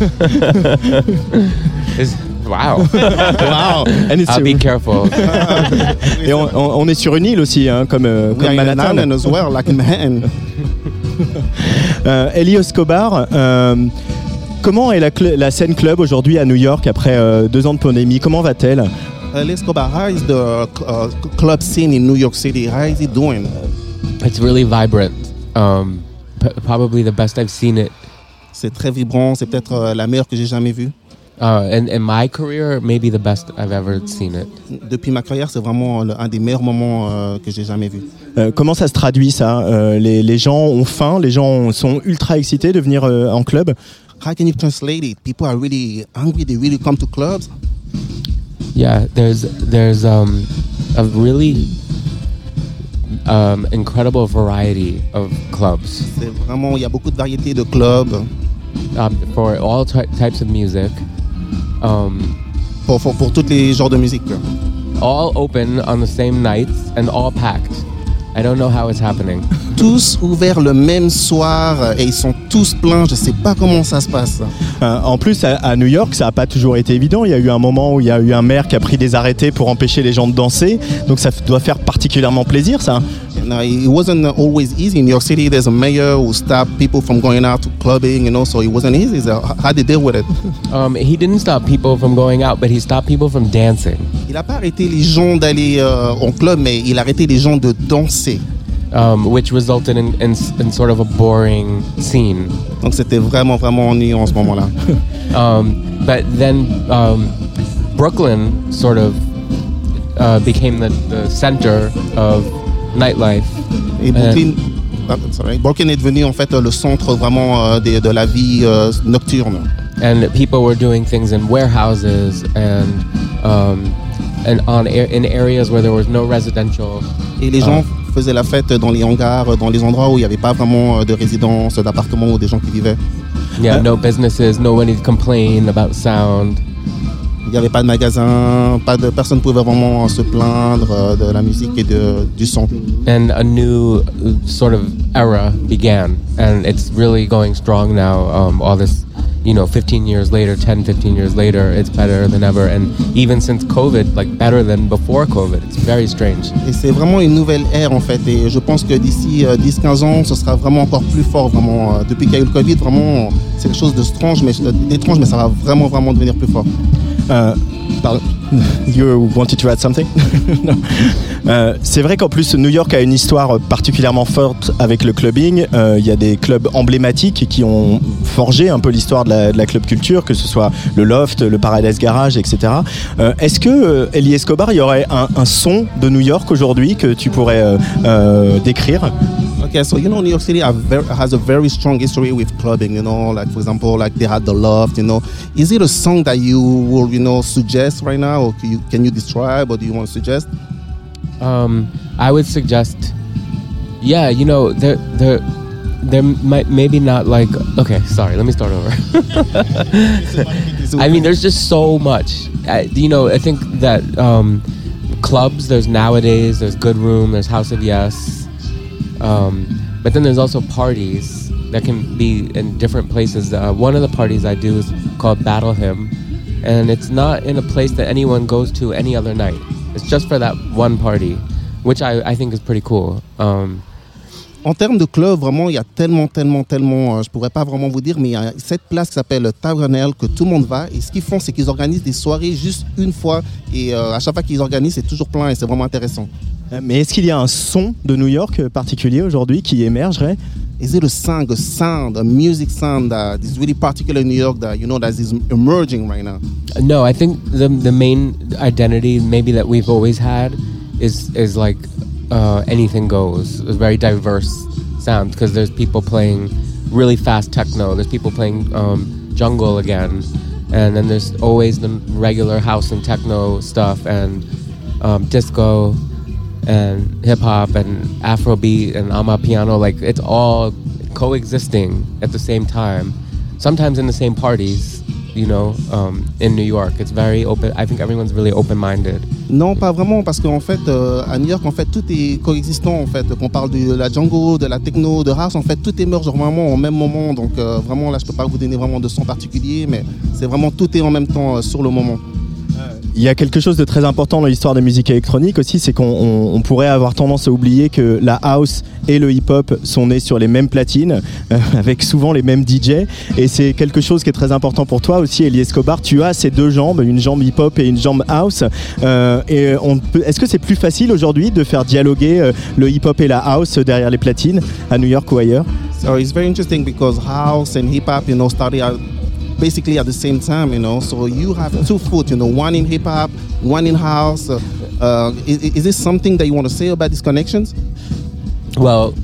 M: Wow.
C: Wow.
M: I'll be careful.
C: Et on est sur une île aussi, hein, comme Manhattan.
L: As well, like in Manhattan.
C: Ellie Escobar, comment est la scène club aujourd'hui à New York après 2 ans de pandémie? Comment va-t-elle?
L: Ellie Escobar, how is the club scene in New York City? How is it doing?
M: It's really vibrant. Probably the best I've seen it.
L: C'est très vibrant. C'est peut-être la meilleure que j'ai jamais vue.
M: And in my career, maybe the best I've ever seen it.
L: Depuis ma carrière, c'est vraiment un des meilleurs moments que j'ai jamais vu.
C: Comment ça se traduit ça? Les gens ont faim, les gens sont ultra excités de venir en club.
L: How can you translate it? People are really hungry. They really come to clubs.
M: Yeah, there's a really incredible variety of clubs.
L: C'est vraiment, il y a beaucoup de variétés de clubs.
M: For all types of music.
L: Pour tous les genres de musique.
M: All open on the same nights and all packed. I don't know how it's happening.
L: Tous ouverts le même soir et ils sont tous pleins. Je sais pas comment ça se passe.
C: En plus, à New York, ça n'a pas toujours été évident. Il y a eu un moment où il y a eu un maire qui a pris des arrêtés pour empêcher les gens de danser. Donc ça doit faire particulièrement plaisir, ça.
L: No, it wasn't always easy. In New York City, there's a mayor who stopped people from going out to clubbing, so it wasn't easy. So how did they deal with it?
M: He didn't stop people from going out, but he stopped people from dancing.
L: Il n'a pas arrêté les gens d'aller en club, mais il a arrêté les gens de danser.
M: Which resulted in sort of a boring scene.
L: Donc c'était vraiment vraiment ennuyeux en ce moment-là.
M: But then Brooklyn sort of became the center of nightlife.
L: Et Brooklyn est devenu en fait le centre vraiment de la vie nocturne.
M: And people were doing things in warehouses and in areas where there was no residential.
L: Et les gens faisaient la fête dans les hangars, dans les endroits où il n'y avait pas vraiment de résidences, d'appartements ou des gens qui vivaient.
M: Yeah, no businesses, nobody complained about sound.
L: Il n'y avait pas de magasin, personne ne pouvait vraiment se plaindre de la musique et du son.
M: And a new sort of era began, and it's really going strong now. All this, 15 years later, 10, 15 years later, it's better than ever. And even since COVID, like better than before COVID. It's very strange.
L: Et c'est vraiment une nouvelle ère en fait. Et je pense que d'ici 10-15 ans, ce sera vraiment encore plus fort. Vraiment. Depuis qu'il y a eu le Covid, vraiment, c'est quelque chose d'étrange, mais ça va vraiment, vraiment devenir plus fort.
C: You wanted to add something? No. C'est vrai qu'en plus New York a une histoire particulièrement forte avec le clubbing. Il y a des clubs emblématiques qui ont forgé un peu l'histoire de la club culture, que ce soit le Loft, le Paradise Garage, etc. Est-ce que Ellie Escobar, il y aurait un son de New York aujourd'hui que tu pourrais décrire?
L: Okay, so New York City has a very strong history with clubbing. Like for example, like they had the Loft. Is it a song that you will, suggest right now, or can you describe, or do you want to suggest?
M: I would suggest, yeah, there might maybe not like. Okay, sorry. Let me start over. I mean, there's just so much. I think that clubs. There's Nowadays. There's Good Room. There's House of Yes. But then there's also parties that can be in different places. One of the parties I do is called Battle Hymn, and it's not in a place that anyone goes to any other night. It's just for that one party, which I think is pretty cool.
L: En termes de club, vraiment, il y a tellement, je pourrais pas vraiment vous dire, mais il y a cette place qui s'appelle Tavernel que tout le monde va. Et ce qu'ils font, c'est qu'ils organisent des soirées juste une fois. Et à chaque fois qu'ils organisent, c'est toujours plein et c'est vraiment intéressant.
C: Mais est-ce qu'il y a un son de New York particulier aujourd'hui qui émergerait?
L: Is it a sound, a music sound that is really particular in New York that that is emerging right now?
M: No, I think the main identity maybe that we've always had is like anything goes. A very diverse sound because there's people playing really fast techno. There's people playing jungle again, and then there's always the regular house and techno stuff and disco and hip hop and Afrobeat and Amapiano. Like it's all coexisting at the same time. Sometimes in the same parties, in New York. It's very open. I think everyone's really open-minded.
L: Non, pas vraiment, parce qu'en fait, à New York, en fait, tout est coexistant. En fait, qu'on parle de la jungle, de la techno, de house, en fait, tout émerge vraiment au même moment. Donc, vraiment, là, je peux pas vous donner vraiment de son particulier, mais c'est vraiment tout est en même temps sur le moment.
C: Il y a quelque chose de très important dans l'histoire de la musique électronique aussi, c'est qu'on pourrait avoir tendance à oublier que la house et le hip-hop sont nés sur les mêmes platines, avec souvent les mêmes DJ, et c'est quelque chose qui est très important pour toi aussi, Elie Escobar. Tu as ces deux jambes, une jambe hip-hop et une jambe house, est-ce que c'est plus facile aujourd'hui de faire dialoguer le hip-hop et la house derrière les platines, à New York ou ailleurs?
L: So it's very interesting because house and hip-hop, started out basically at the same time, so you have 2 foot, one in hip-hop, one in house. Is this something that you want to say about these connections?
M: Well,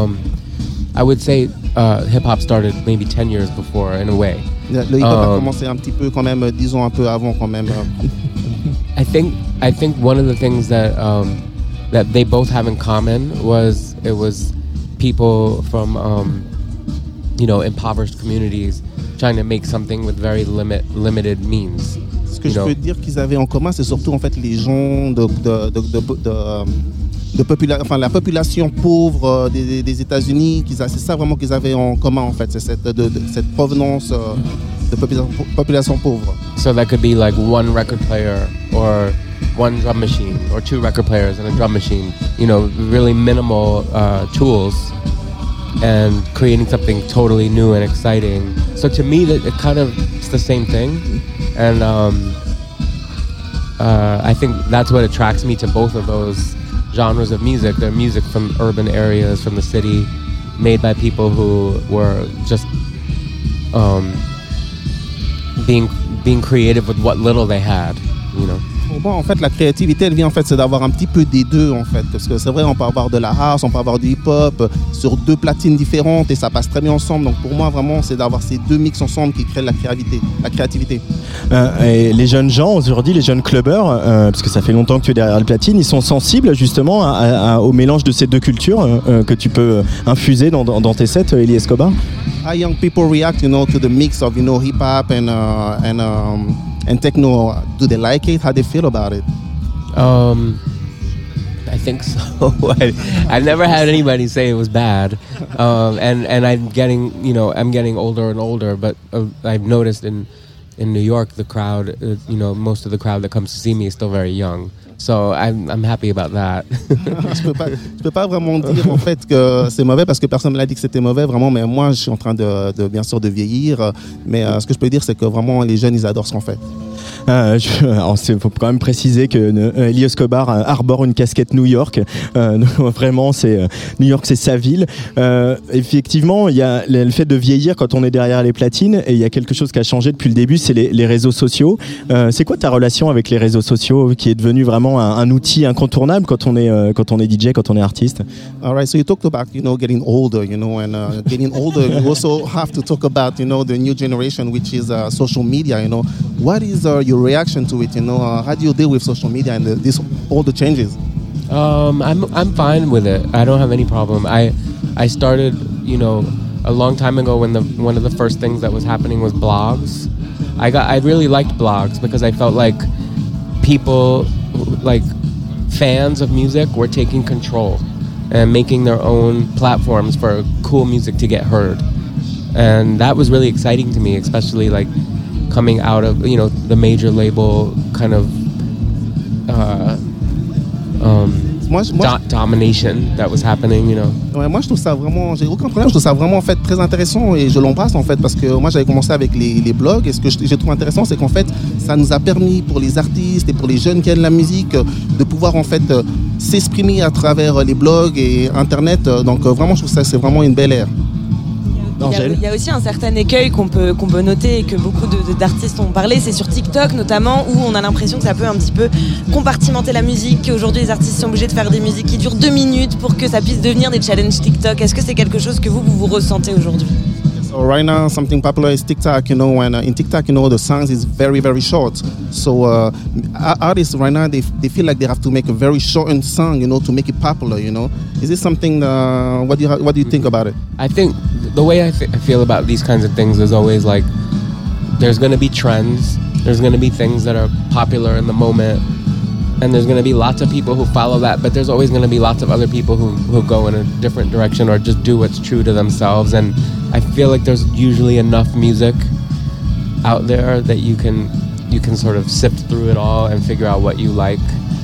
M: I would say hip-hop started maybe 10 years before, in a way.
L: Le hip-hop a commencé un petit peu quand même, disons un peu avant quand même.
M: I think one of the things that they both have in common was it was people from impoverished communities trying to make something with very limited means.
L: Ce que je peux dire qu'ils avaient en commun, c'est surtout en fait les gens la population pauvre des États-Unis. C'est ça vraiment qu'ils avaient en commun en fait, c'est cette provenance de population pauvre.
M: So that could be like one record player or one drum machine or 2 record players and a drum machine. Really minimal tools. And creating something totally new and exciting. So to me, it's the same thing, and I think that's what attracts me to both of those genres of music. They're music from urban areas, from the city, made by people who were just being creative with what little they had,
L: Pour moi, en fait, la créativité, elle vient en fait, c'est d'avoir un petit peu des deux, en fait. Parce que c'est vrai, on peut avoir de la house, on peut avoir du hip-hop sur 2 platines différentes et ça passe très bien ensemble. Donc pour moi, vraiment, c'est d'avoir ces 2 mix ensemble qui créent la créativité.
C: Et les jeunes gens, aujourd'hui, les jeunes clubbers, parce que ça fait longtemps que tu es derrière le platine, ils sont sensibles justement au mélange de ces 2 cultures que tu peux infuser dans tes sets, Elie Escobar.
L: How young people react, to the mix of, hip-hop and techno? Do they like it? How they feel about it?
M: I think so. I've never had anybody say it was bad, and I'm getting older and older. But I've noticed in New York, the crowd, most of the crowd that comes to see me is still very young. So I'm happy about that.
L: je peux pas vraiment dire en fait que c'est mauvais parce que personne ne m'a dit que c'était mauvais vraiment, mais moi je suis en train de bien sûr de vieillir, mais ce que je peux dire c'est que vraiment les jeunes ils adorent ce qu'on fait.
C: Il faut quand même préciser que Elie Escobar arbore une casquette New York. Vraiment, New York, c'est sa ville. Effectivement, il y a le fait de vieillir quand on est derrière les platines, et il y a quelque chose qui a changé depuis le début, c'est les réseaux sociaux. C'est quoi ta relation avec les réseaux sociaux, qui est devenu vraiment un outil incontournable quand on est DJ, quand on est artiste?
L: All right, so you talked about getting older, and getting older. You also have to talk about the new generation, which is social media. What is your reaction to it? How do you deal with social media and all the changes?
M: I'm fine with it. I don't have any problem. I started, a long time ago when one of the first things that was happening was blogs. I really liked blogs because I felt like people, like fans of music, were taking control. and making their own platforms for cool music to get heard. And that was really exciting to me, especially like coming out of, you know, the major label kind of domination that was happening, you know.
L: Ouais, moi je trouve ça vraiment, j'ai aucun problème, je trouve ça vraiment en fait très intéressant et je l'embrasse en fait parce que moi j'avais commencé avec les blogs et ce que j'ai trouvé intéressant c'est qu'en fait ça nous a permis pour les artistes et pour les jeunes qui aiment la musique de pouvoir en fait s'exprimer à travers les blogs et internet, donc vraiment je trouve ça c'est vraiment une belle ère.
D: Il y a aussi un certain écueil qu'on peut noter et que beaucoup d'artistes ont parlé, c'est sur TikTok notamment, où on a l'impression que ça peut un petit peu compartimenter la musique, qu'aujourd'hui les artistes sont obligés de faire des musiques qui durent 2 minutes pour que ça puisse devenir des challenges TikTok. Est-ce que c'est quelque chose que vous ressentez aujourd'hui?
L: So right now, something popular is TikTok, you know, and in TikTok, you know, the songs is very, very short. So artists right now, they feel like they have to make a very shortened song, you know, to make it popular, you know. Is this something, what do you think about it?
M: I think the way I feel about these kinds of things is always like, there's going to be trends, there's going to be things that are popular in the moment, and there's going to be lots of people who follow that, but there's always going to be lots of other people who go in a different direction or just do what's true to themselves. And I feel like there's usually enough music out there that you can sort of sift through it all and figure out what you like.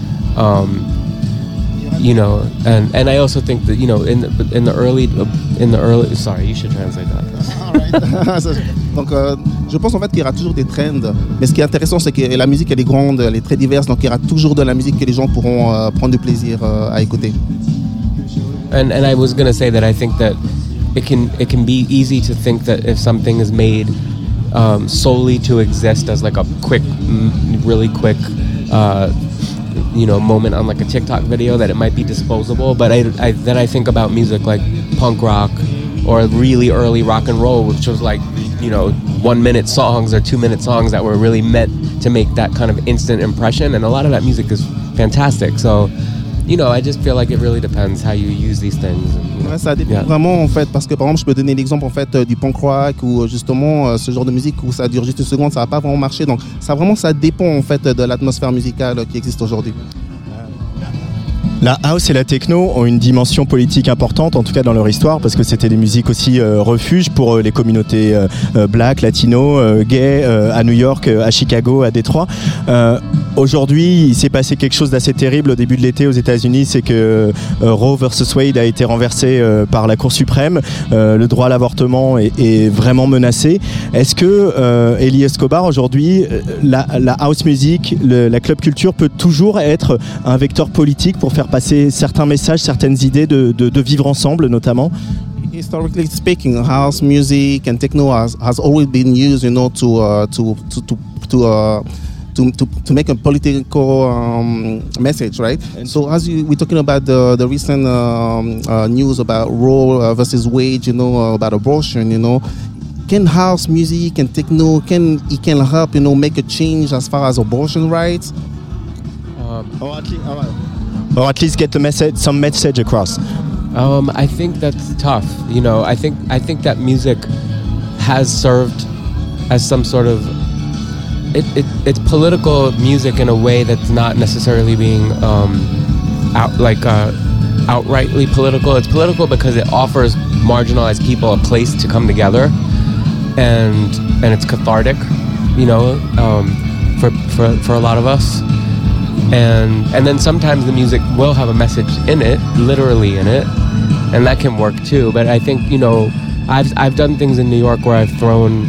M: You know, and I also think that, you know, in the early sorry, you should translate that.
L: Donc je pense en fait qu'il y aura toujours des trends, mais ce qui est intéressant c'est que la musique elle est grande, elle est très diverse, donc il y aura toujours de la musique que les gens pourront prendre du plaisir à écouter.
M: And I was going to say that I think that it can be easy to think that if something is made solely to exist as like a quick, really quick you know, moment on like a TikTok video, that it might be disposable. But then I think about music like punk rock or really early rock and roll, which was like, you know, 1-minute songs or 2-minute songs that were really meant to make that kind of instant impression. And a lot of that music is fantastic. So, you know, I just feel like it really depends how you use these things. And, you know,
L: ouais, ça dépend vraiment en fait, parce que par exemple, je peux donner l'exemple en fait du punk rock ou justement ce genre de musique où ça dure juste une seconde, ça va pas vraiment marcher. Donc ça dépend en fait de l'atmosphère musicale qui existe aujourd'hui.
C: La house et la techno ont une dimension politique importante, en tout cas dans leur histoire, parce que c'était des musiques aussi refuge pour les communautés black, latino, gays, à New York, à Chicago, à Détroit. Aujourd'hui, il s'est passé quelque chose d'assez terrible au début de l'été aux États-Unis, c'est que Roe versus Wade a été renversé par la Cour suprême. Le droit à l'avortement est vraiment menacé. Est-ce que Eli Escobar, aujourd'hui, la house music, la club culture peut toujours être un vecteur politique pour faire passer certains messages, certaines idées de vivre ensemble, notamment?
L: Historically speaking, house music and techno has always been used, you know, to make a political message, right? And so as we're talking about the recent news about Roe versus Wade, you know, about abortion, you know, can house music and techno can help, you know, make a change as far as abortion rights?
C: Or at least get some message across.
M: I think that's tough. You know, I think that music has served as some sort of it's political music in a way that's not necessarily being outrightly political. It's political because it offers marginalized people a place to come together, and it's cathartic, you know, for a lot of us. And then sometimes the music will have a message in it, literally in it, and that can work too. But I think, you know, I've done things in New York where I've thrown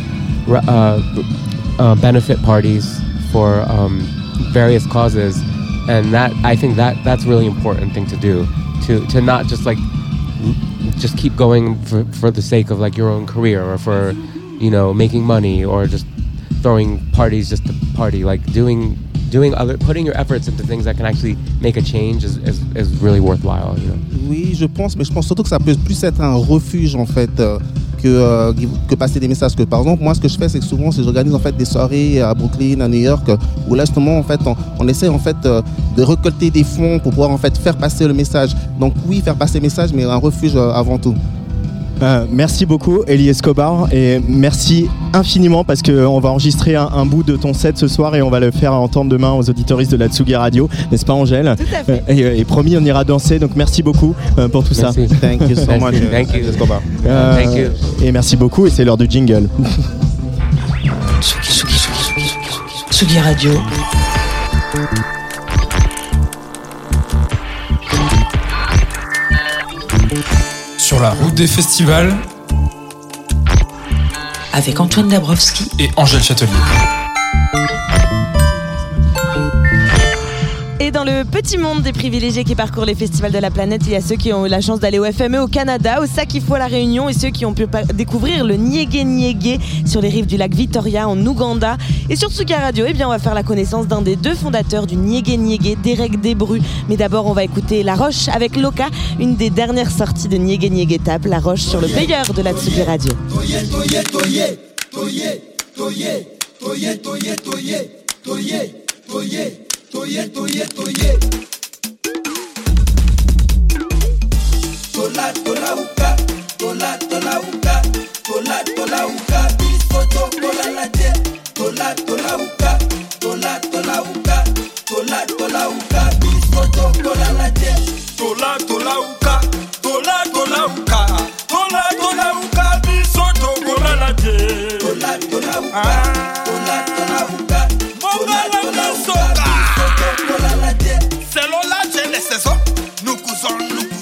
M: benefit parties for various causes, and I think that's really important thing to do, to not just keep going for the sake of like your own career or for, you know, making money or just throwing parties just to party, like putting your efforts into things that can actually make a change is really worthwhile, you know.
L: Oui, je pense, mais je pense surtout que ça peut plus être un refuge en fait que passer des messages. Que par exemple, moi, ce que je fais, c'est que souvent, j'organise en fait des soirées à Brooklyn, à New York, où là justement, en fait, on essaie en fait de récolter des fonds pour pouvoir en fait faire passer le message. Donc oui, faire passer le message, mais un refuge avant tout.
C: Merci beaucoup Elie Escobar et merci infiniment parce qu'on va enregistrer un bout de ton set ce soir et on va le faire entendre demain aux auditeuristes de la Tsugi Radio, n'est-ce pas Angèle?
D: Tout à fait.
C: Et promis on ira danser, donc merci beaucoup pour tout ça.
L: Thank you so much.
M: Thank you.
L: Escobar.
M: Thank you.
C: Et merci beaucoup et c'est l'heure du jingle.
A: Tsugi Radio.
B: Sur la route des festivals
A: Avec Antoine Dabrowski
B: et Angèle Châtelier.
D: Et dans le petit monde des privilégiés qui parcourent les festivals de la planète, il y a ceux qui ont eu la chance d'aller au FME au Canada, au Sakifo à La Réunion, et ceux qui ont pu découvrir le Nyege Nyege sur les rives du lac Victoria en Ouganda. Et sur Tsugi Radio, eh bien, on va faire la connaissance d'un des deux fondateurs du Nyege Nyege, Derek Debru. Mais d'abord, on va écouter La Roche avec Loka, une des dernières sorties de Nyege Nyege Tap. La Roche sur le player de la Tsugi Radio.
N: Toye Tola tola uka Tola tola uka Tola tola uka Bisoto kola la je Tola tola uka Tola tola uka Tola tola uka Bisoto kola la je Tola tola uka Tola tola uka Tola tola uka Bisoto kola la je Tola tola uka Tola tola uka Tola tola uka selon la jeune des saisons, nous cousons.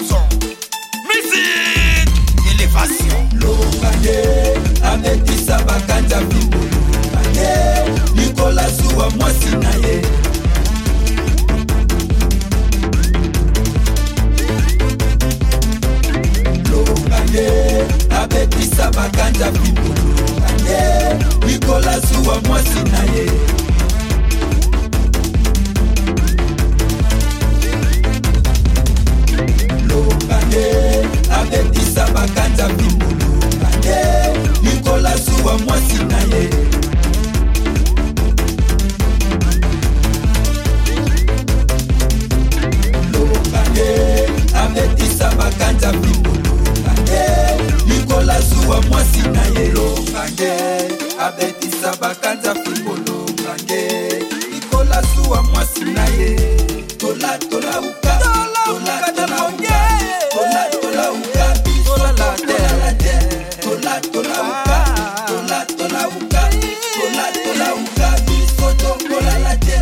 N: Musique, élévation. Lobanye, avec Isaba Kanja Bimbo. Lobanye, Nicolas Soua Moissinaye. Lobanye, avec Isaba Kanja Bimbo. Lobanye, Nicolas Soua Moissinaye. Avec Isaba Kanja Bimbo Nicolas Soua Moissinaye. Avec Isaba Kanja Bimbo Nicolas Soua Moissinaye. Avec Isaba Kanja Bimbo Nicolas Soua Moissinaye. Tola tola uka Tola tola uka Tola tola uka Tola la de Tola tola uka Tola tola uka Tola tola uka Bisoto kola la de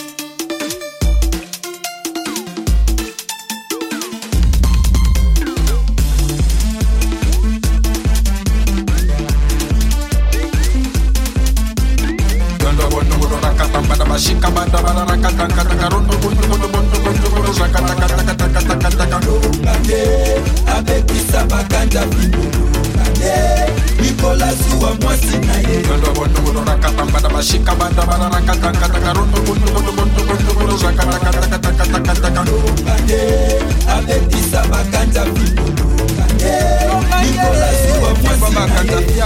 N: avec Isaba Kanja Bimbo Nicolas Soua Moissinaye. Avec Isaba Kanja Bimbo Nicolas Soua Moissinaye.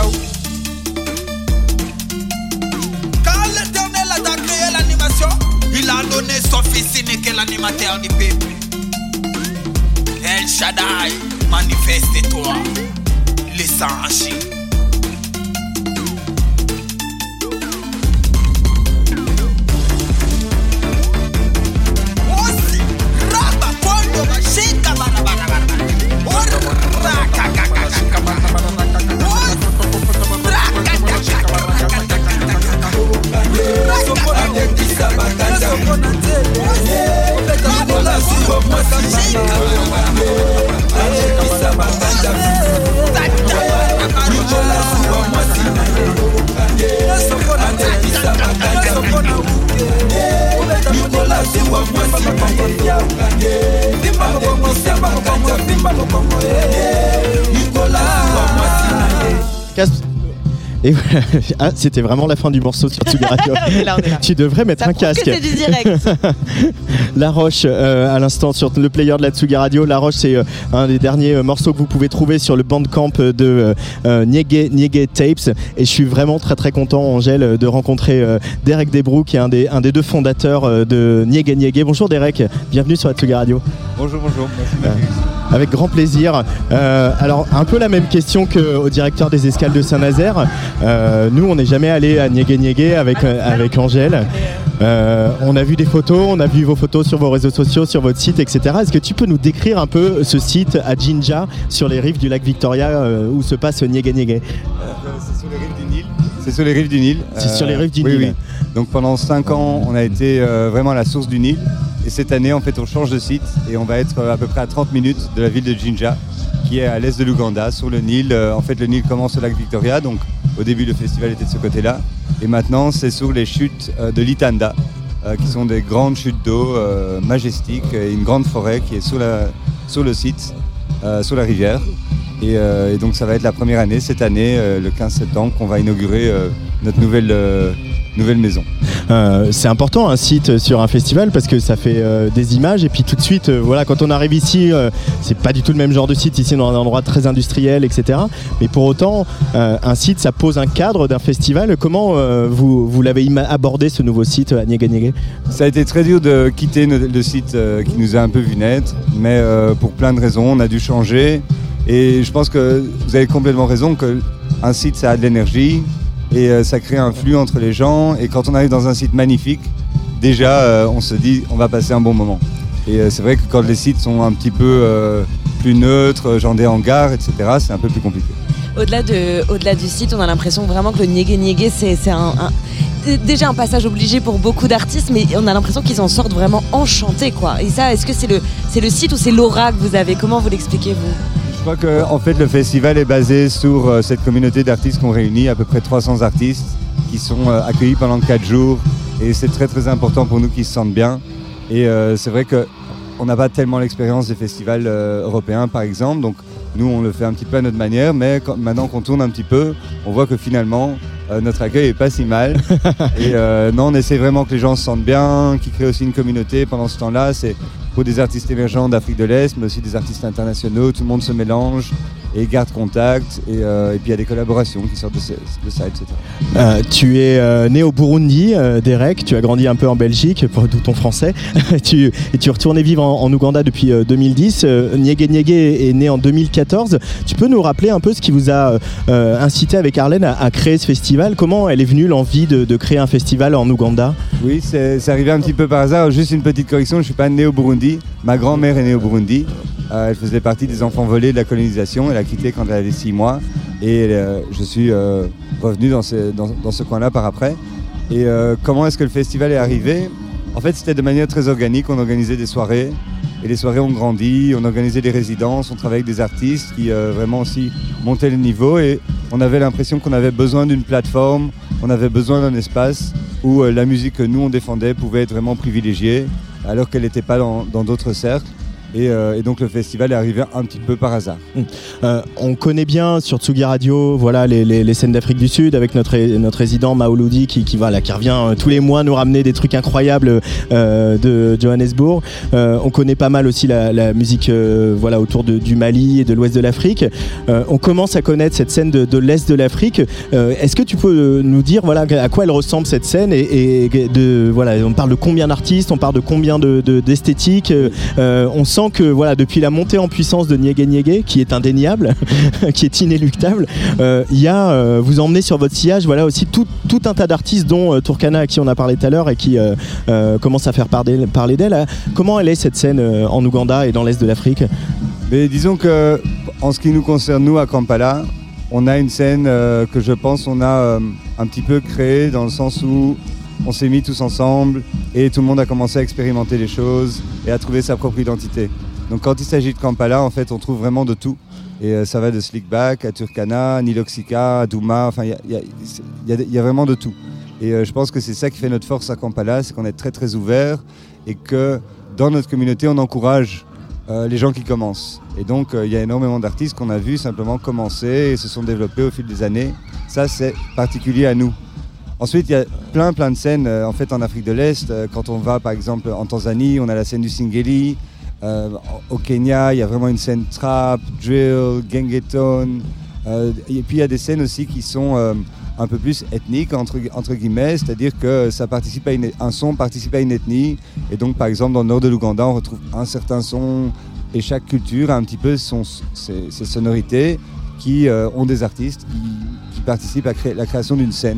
N: Quand l'Éternel a créé l'animation, il a donné son fils aîné qui est l'animateur du peuple. El Shaddai, manifeste-toi, les sangs agir. Osi, raba, kondo, bashika,
C: Et ah, c'était vraiment la fin du morceau sur Tsugi Radio.
D: Là, on est là.
C: Tu devrais mettre
D: Ça
C: un
D: prouve
C: casque.
D: que c'est du direct.
C: La Roche, à l'instant sur le player de la Tsugi Radio. La Roche, c'est un des derniers morceaux que vous pouvez trouver sur le bandcamp de Nyege Tapes. Et je suis vraiment très très content, Angèle, de rencontrer Derek Debru, qui est un des deux fondateurs de Nyege Nyege. Bonjour Derek, bienvenue sur la Tsugi Radio.
O: Bonjour, merci.
C: Avec grand plaisir. Alors, un peu la même question qu'au directeur des escales de Saint-Nazaire. Nous, on n'est jamais allé à Niégué Niégué avec Angèle. On a vu des photos, on a vu vos photos sur vos réseaux sociaux, sur votre site, etc. Est-ce que tu peux nous décrire un peu ce site à Jinja, sur les rives du lac Victoria, où se passe Niégué Niégué?
O: C'est sur les rives du Nil. C'est sur les rives du Nil.
C: C'est sur les rives du
O: oui,
C: Nil.
O: Oui. Donc pendant 5 ans, on a été vraiment à la source du Nil. Et cette année, en fait, on change de site et on va être à peu près à 30 minutes de la ville de Jinja, qui est à l'est de l'Ouganda, sur le Nil. En fait, le Nil commence au lac Victoria, donc au début, le festival était de ce côté-là. Et maintenant, c'est sur les chutes de l'Itanda, qui sont des grandes chutes d'eau majestiques, et une grande forêt qui est sur le site, sur la rivière. Et donc, ça va être la première année, cette année, le 15 septembre, qu'on va inaugurer notre nouvelle maison.
C: C'est important un site sur un festival parce que ça fait des images et puis tout de suite voilà, quand on arrive ici c'est pas du tout le même genre de site, ici dans un endroit très industriel, etc. Mais pour autant un site, ça pose un cadre d'un festival. Comment vous l'avez abordé, ce nouveau site à Niégué Niégué? Ça
O: a été très dur de quitter le site qui nous a un peu vu naître, mais pour plein de raisons on a dû changer, et je pense que vous avez complètement raison qu'un site, ça a de l'énergie et ça crée un flux entre les gens, et quand on arrive dans un site magnifique, déjà on se dit on va passer un bon moment. Et c'est vrai que quand les sites sont un petit peu plus neutres, genre des hangars, etc., c'est un peu plus compliqué.
D: Au-delà du site, on a l'impression vraiment que le Niégué Niégué, c'est déjà un passage obligé pour beaucoup d'artistes, mais on a l'impression qu'ils en sortent vraiment enchantés, quoi. Et ça, est-ce que c'est le site ou c'est l'aura que vous avez? Comment vous l'expliquez, vous?
O: Je crois que en fait, le festival est basé sur cette communauté d'artistes qu'on réunit, à peu près 300 artistes qui sont accueillis pendant 4 jours, et c'est très très important pour nous qu'ils se sentent bien. Et c'est vrai qu'on n'a pas tellement l'expérience des festivals européens, par exemple, donc nous on le fait un petit peu à notre manière, mais maintenant qu'on tourne un petit peu, on voit que finalement notre accueil est pas si mal. Et non, on essaie vraiment que les gens se sentent bien, qu'ils créent aussi une communauté pendant ce temps-là. C'est pour des artistes émergents d'Afrique de l'Est, mais aussi des artistes internationaux. Tout le monde se mélange et garde contact. Et puis il y a des collaborations qui sortent de ça, etc.
C: Tu es né au Burundi, Derek. Tu as grandi un peu en Belgique, d'où ton français. Tu es retourné vivre en Ouganda depuis 2010. Niégué Niégué est né en 2014. Tu peux nous rappeler un peu ce qui vous a incité avec Arlène à créer ce festival? Comment elle est venue l'envie de créer un festival en Ouganda?
O: Oui, c'est arrivé un petit peu par hasard. Juste une petite correction, je ne suis pas né au Burundi. Ma grand-mère est née au Burundi. Elle faisait partie des enfants volés de la colonisation. Elle a quitté quand elle avait 6 mois. Et je suis revenu dans ce coin-là par après. Et comment est-ce que le festival est arrivé? En fait, c'était de manière très organique. On organisait des soirées. Et les soirées ont grandi. On organisait des résidences. On travaillait avec des artistes qui vraiment aussi montaient le niveau. Et on avait l'impression qu'on avait besoin d'une plateforme. On avait besoin d'un espace où la musique que nous, on défendait pouvait être vraiment privilégiée, alors qu'elle n'était pas dans d'autres cercles. Et donc le festival est arrivé un petit peu par hasard.
C: On connaît bien sur Tsugi Radio, voilà, les scènes d'Afrique du Sud avec notre résident Maouloudi qui revient tous les mois nous ramener des trucs incroyables de Johannesburg. On connaît pas mal aussi la musique voilà, autour du Mali et de l'ouest de l'Afrique. On commence à connaître cette scène de l'est de l'Afrique. Est-ce que tu peux nous dire voilà, à quoi elle ressemble cette scène et voilà, on parle de combien d'artistes, on parle de combien d'esthétiques. On sent que voilà, depuis la montée en puissance de Niégué Niégué, qui est indéniable, qui est inéluctable, vous emmenez sur votre sillage voilà, aussi tout un tas d'artistes, dont Turkana, à qui on a parlé tout à l'heure et qui commence à faire parler d'elle. Comment elle est cette scène en Ouganda et dans l'est de l'Afrique?
O: Mais disons que en ce qui nous concerne, nous à Kampala, on a une scène que je pense on a un petit peu créée, dans le sens où on s'est mis tous ensemble et tout le monde a commencé à expérimenter les choses et à trouver sa propre identité. Donc quand il s'agit de Kampala, en fait, on trouve vraiment de tout. Et ça va de Slickback à Turkana, Niloxika, à Douma, enfin il y a vraiment de tout. Et je pense que c'est ça qui fait notre force à Kampala, c'est qu'on est très très ouvert et que dans notre communauté, on encourage les gens qui commencent. Et donc il y a énormément d'artistes qu'on a vus simplement commencer et se sont développés au fil des années. Ça, c'est particulier à nous. Ensuite, il y a plein de scènes en fait en Afrique de l'Est. Quand on va par exemple en Tanzanie, on a la scène du Singeli. Au Kenya, il y a vraiment une scène trap, drill, gengeton. Et puis il y a des scènes aussi qui sont un peu plus ethniques entre guillemets, c'est-à-dire que ça participe un son participe à une ethnie. Et donc par exemple dans le nord de l'Ouganda, on retrouve un certain son et chaque culture a un petit peu ses sonorités qui ont des artistes qui participent à la création d'une scène.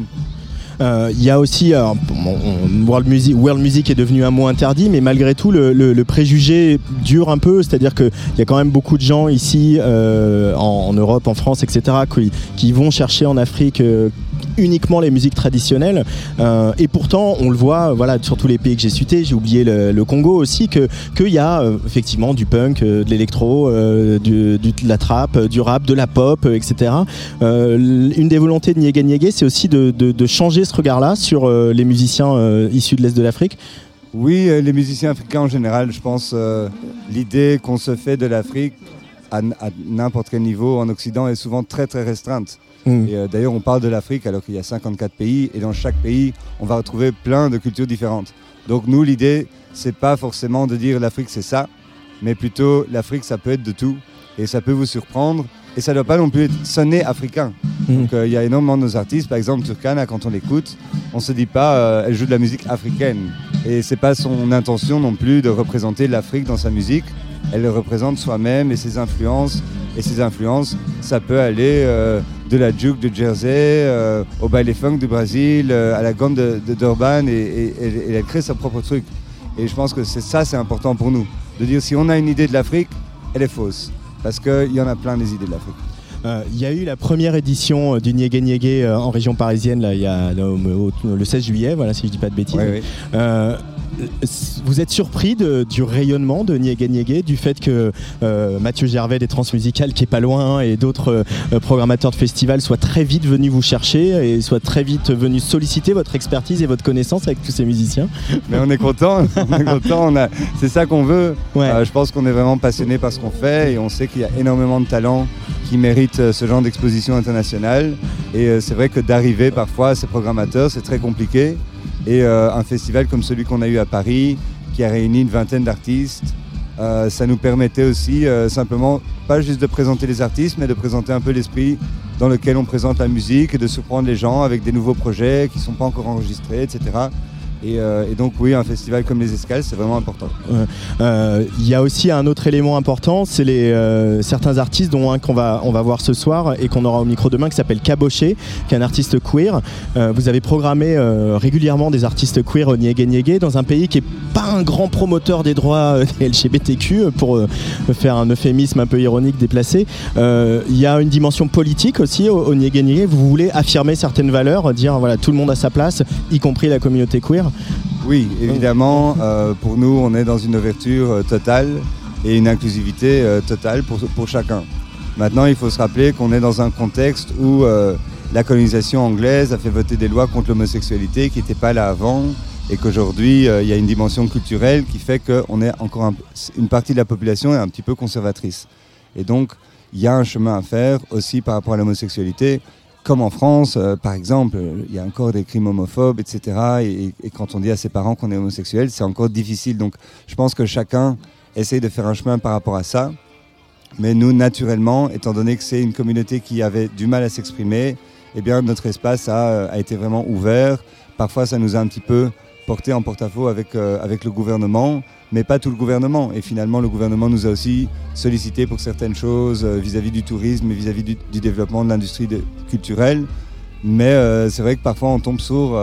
C: Il y a aussi, world music est devenu un mot interdit, mais malgré tout le préjugé dure un peu, c'est-à-dire qu'il y a quand même beaucoup de gens ici en Europe, en France, etc., qui vont chercher en Afrique uniquement les musiques traditionnelles, et pourtant on le voit, voilà, sur tous les pays que j'ai cités, j'ai oublié le Congo aussi, qu'il y a effectivement du punk, de l'électro, de la trap, du rap, de la pop, etc. Une des volontés de Nyege Nyege, c'est aussi de changer ce regard-là sur les musiciens issus de l'Est de l'Afrique.
O: Oui, les musiciens africains en général, je pense, l'idée qu'on se fait de l'Afrique à n'importe quel niveau en Occident est souvent très très restreinte. Et d'ailleurs, on parle de l'Afrique alors qu'il y a 54 pays et dans chaque pays, on va retrouver plein de cultures différentes. Donc nous, l'idée, c'est pas forcément de dire l'Afrique c'est ça, mais plutôt l'Afrique ça peut être de tout et ça peut vous surprendre et ça ne doit pas non plus sonner africain. Donc il y a énormément de nos artistes, par exemple Turkana, quand on l'écoute, on se dit pas elle joue de la musique africaine et c'est pas son intention non plus de représenter l'Afrique dans sa musique. Elle le représente soi-même et ses influences. Et ces influences, ça peut aller de la juke de Jersey au baile funk du Brésil, à la gomme de Durban, et elle crée son propre truc. Et je pense que c'est important pour nous, de dire si on a une idée de l'Afrique, elle est fausse, parce qu'il y en a plein des idées de l'Afrique.
C: Il y a eu la première édition du Nyege Nyege en région parisienne, là, il y a le 16 juillet, voilà, si je ne dis pas de bêtises.
O: Oui, oui.
C: Vous êtes surpris du rayonnement de Nyege Nyege, du fait que Mathieu Gervais des Transmusicales, qui est pas loin, et d'autres programmateurs de festivals soient très vite venus vous chercher et soient très vite venus solliciter votre expertise et votre connaissance avec tous ces musiciens?
O: Mais on est content, c'est ça qu'on veut. Ouais. Je pense qu'on est vraiment passionné par ce qu'on fait et on sait qu'il y a énormément de talents qui méritent ce genre d'exposition internationale. Et c'est vrai que d'arriver parfois à ces programmateurs, c'est très compliqué. Et un festival comme celui qu'on a eu à Paris, qui a réuni une vingtaine d'artistes, ça nous permettait aussi simplement, pas juste de présenter les artistes, mais de présenter un peu l'esprit dans lequel on présente la musique et de surprendre les gens avec des nouveaux projets qui ne sont pas encore enregistrés, etc. Et donc oui, un festival comme les Escales, c'est vraiment important.
C: Il y a aussi un autre élément important, c'est certains artistes, dont un qu'on va voir ce soir et qu'on aura au micro demain, qui s'appelle Caboché, qui est un artiste queer. Vous avez programmé régulièrement des artistes queer au Nyege Nyege, dans un pays qui n'est pas un grand promoteur des droits LGBTQ, pour faire un euphémisme un peu ironique déplacé. Il y a une dimension politique aussi au Nyege Nyege. Vous voulez affirmer certaines valeurs, dire voilà, tout le monde a sa place, y compris la communauté queer.
O: Oui, évidemment, pour nous, on est dans une ouverture totale et une inclusivité totale pour chacun. Maintenant, il faut se rappeler qu'on est dans un contexte où la colonisation anglaise a fait voter des lois contre l'homosexualité qui n'étaient pas là avant et qu'aujourd'hui, il y a une dimension culturelle qui fait qu'on est encore une partie de la population est un petit peu conservatrice. Et donc, il y a un chemin à faire aussi par rapport à l'homosexualité. Comme en France, par exemple, il y a encore des crimes homophobes, etc. Et quand on dit à ses parents qu'on est homosexuel, c'est encore difficile. Donc je pense que chacun essaye de faire un chemin par rapport à ça. Mais nous, naturellement, étant donné que c'est une communauté qui avait du mal à s'exprimer, eh bien, notre espace a été vraiment ouvert. Parfois, ça nous a un petit peu porté en porte-à-faux avec le gouvernement, mais pas tout le gouvernement. Et finalement, le gouvernement nous a aussi sollicité pour certaines choses vis-à-vis du tourisme et vis-à-vis du développement de l'industrie culturelle. Mais c'est vrai que parfois, on tombe sur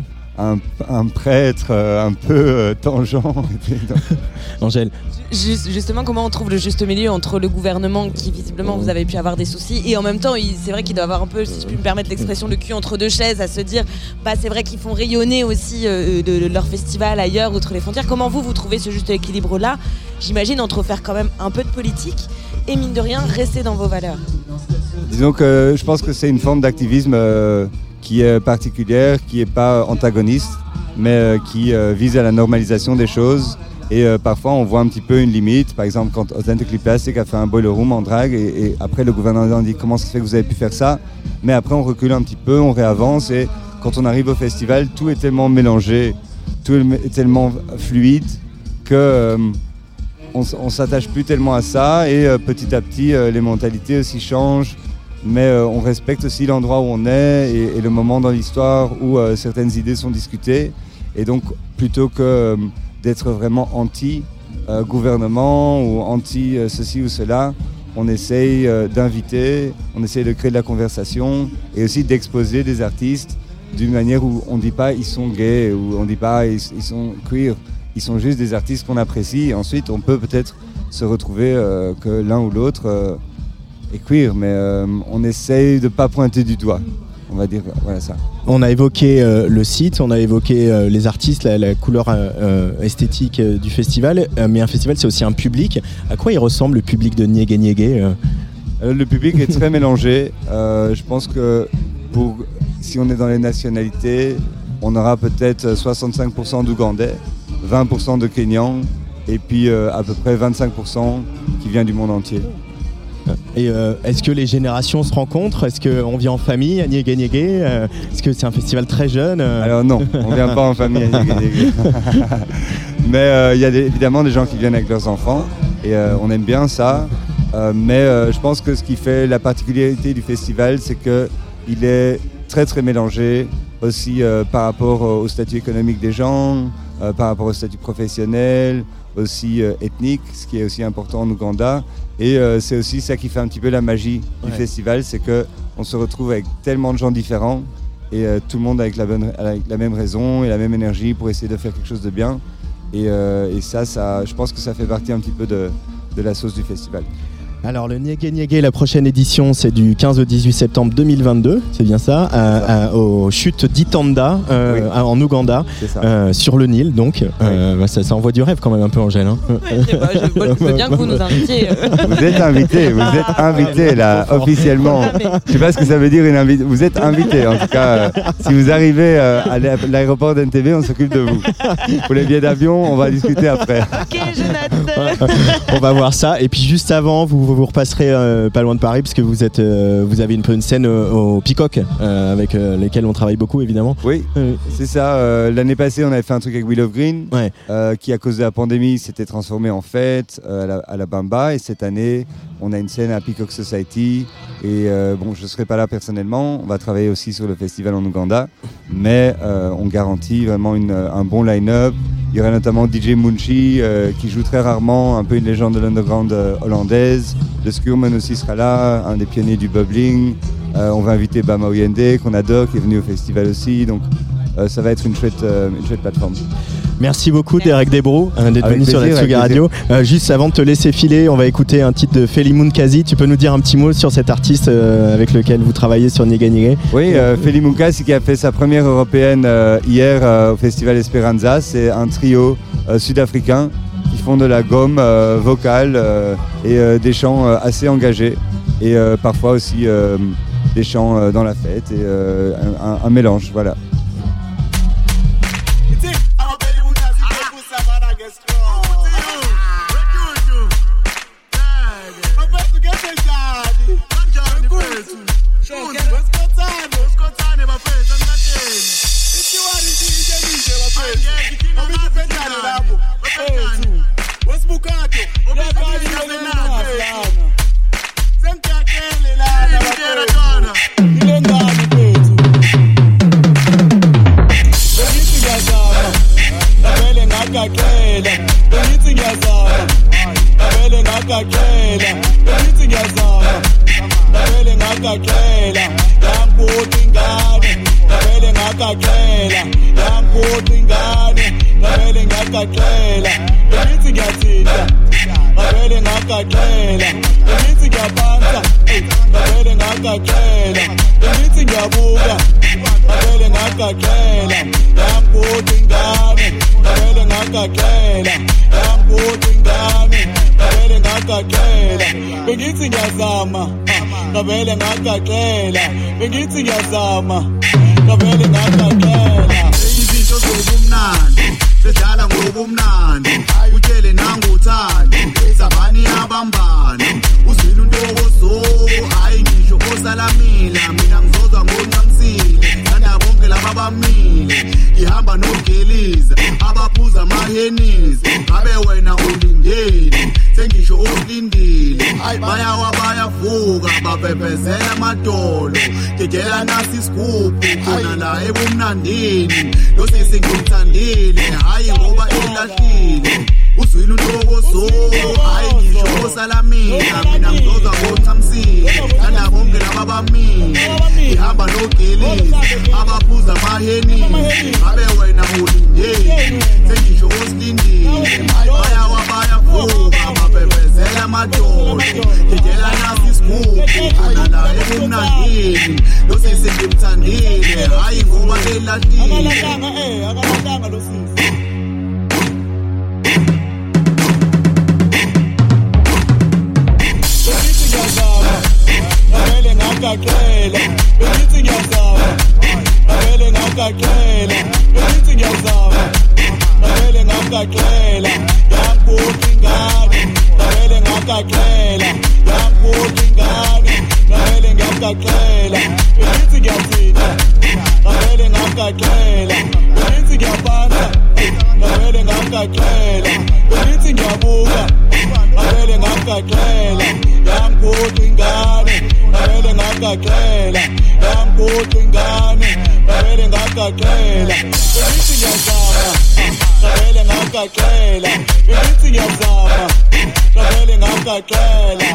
O: un prêtre un peu tangent.
C: Angèle.
D: Justement, comment on trouve le juste milieu entre le gouvernement, qui visiblement vous avez pu avoir des soucis, et en même temps, c'est vrai qu'il doit avoir un peu, si je puis me permettre l'expression, le cul entre deux chaises, à se dire, bah c'est vrai qu'ils font rayonner aussi de leur festival ailleurs, outre les frontières. Comment vous trouvez ce juste équilibre-là, j'imagine, entre faire quand même un peu de politique et mine de rien, rester dans vos valeurs?
O: Disons que je pense que c'est une forme d'activisme qui est particulière, qui n'est pas antagoniste, mais qui vise à la normalisation des choses. Et parfois, on voit un petit peu une limite. Par exemple, quand Authentically Plastic a fait un boiler room en drague, et après, le gouvernement dit « Comment ça se fait que vous avez pu faire ça ?» Mais après, on recule un petit peu, on réavance. Et quand on arrive au festival, tout est tellement mélangé, tout est tellement fluide que on s'attache plus tellement à ça. Et petit à petit, les mentalités aussi changent. Mais on respecte aussi l'endroit où on est et le moment dans l'histoire où certaines idées sont discutées. Et donc, plutôt que d'être vraiment anti, gouvernement ou anti ceci ou cela. On essaye d'inviter, on essaye de créer de la conversation et aussi d'exposer des artistes d'une manière où on ne dit pas ils sont gays ou on ne dit pas ils sont queer. Ils sont juste des artistes qu'on apprécie et ensuite on peut peut-être se retrouver que l'un ou l'autre est queer, mais on essaye de ne pas pointer du doigt. On va dire, voilà ça.
C: On a évoqué le site, on a évoqué les artistes, la couleur esthétique du festival, mais un festival c'est aussi un public. À quoi il ressemble le public de Nyege Nyege
O: Le public est très mélangé. Je pense que si on est dans les nationalités, on aura peut-être 65% d'Ougandais, 20% de Kenyans et puis à peu près 25% qui vient du monde entier.
C: Et est-ce que les générations se rencontrent? Est-ce qu'on vient en famille à Nyege Nyege? Est-ce que c'est un festival très jeune?
O: Alors non, on ne vient pas en famille à Nyege Nyege. Mais il y a évidemment des gens qui viennent avec leurs enfants et on aime bien ça. Mais je pense que ce qui fait la particularité du festival, c'est qu'il est très très mélangé aussi par rapport au statut économique des gens, par rapport au statut professionnel, aussi ethnique, ce qui est aussi important en Ouganda. Et c'est aussi ça qui fait un petit peu la magie du festival, c'est qu'on se retrouve avec tellement de gens différents et tout le monde avec la même raison et la même énergie pour essayer de faire quelque chose de bien. Et ça, je pense que ça fait partie un petit peu de la sauce du festival.
C: Alors le Nyege Nyege, la prochaine édition, c'est du 15 au 18 septembre 2022, c'est bien ça, aux chutes d'Itanda en Ouganda, sur le Nil. Donc ça envoie du rêve quand même un peu, Angèle.
D: Je veux bien que vous nous invitiez.
O: Vous êtes invité là, officiellement. Je sais pas ce que ça veut dire une invite. Vous êtes invité en tout cas. Si vous arrivez à l'aéroport d'NTV, on s'occupe de vous. Pour les billets d'avion, on va discuter après.
D: Ok, Jonathan.
C: On va voir ça. Et puis juste avant, vous repasserez pas loin de Paris parce que vous avez une scène au Peacock avec lesquels on travaille beaucoup évidemment.
O: Oui, c'est ça. L'année passée, on avait fait un truc avec Will of Green qui, à cause de la pandémie, s'était transformé en fête à la Bamba. Et cette année, on a une scène à Peacock Society. Et bon, je ne serai pas là personnellement. On va travailler aussi sur le festival en Ouganda. Mais on garantit vraiment un bon line-up. Il y aura notamment DJ Munchi qui joue très rarement, un peu une légende de l'underground hollandaise. Le Skurman aussi sera là, un des pionniers du bubbling. On va inviter Bama Oyende, qu'on adore, qui est venu au festival aussi. Donc ça va être une chouette plateforme.
C: Merci beaucoup Derek Desbrou d'être venu sur la Tsugi Radio. Juste avant de te laisser filer, on va écouter un titre de Feli Munkazi. Tu peux nous dire un petit mot sur cet artiste avec lequel vous travaillez sur Nyege Nyege? Oui,
O: Feli Munkazi qui a fait sa première européenne hier au Festival Esperanza. C'est un trio sud-africain qui font de la gomme vocale et des chants assez engagés et parfois aussi des chants dans la fête et un mélange, voilà.
N: Baya
P: bayavuka bapepezela amadolo ngidela nasi isigubhu khona la ebumnandini lo sisi ngimthandile hayi ngoba elahlile uzwile untokozo hayi ngisho osalamina mina ngizoza ngothamsile thanda bonke laba bamina ihamba nogelisi abaphuza amahenini abe wena ulindeni sengisho osilindile bayavuka bapepezela amadolo ngidela nasi isigubhu khona la ebumnandini lo sisi ngimthandile hayi ngoba elahlile akamatanga lo sisi ngakakela bengithi ngiyazama ngavele ngakakela bengithi ngiyazama ngavele ngakakela yambuka ingane ngavele ngakakela yambuka ingane ngavele ngakakela bengithi ngiyathinta ngavele ngakakela bengithi ngiyaphansa ngavele ngakakela bengithi ngiyabuka ngavele ngakakela yambuka ingane ngavele ngakakela yambuka ingane ngavele ngakakela bengithi ngiyazama ngavele ngakakela bengithi ngiyazama ngavele ngakakela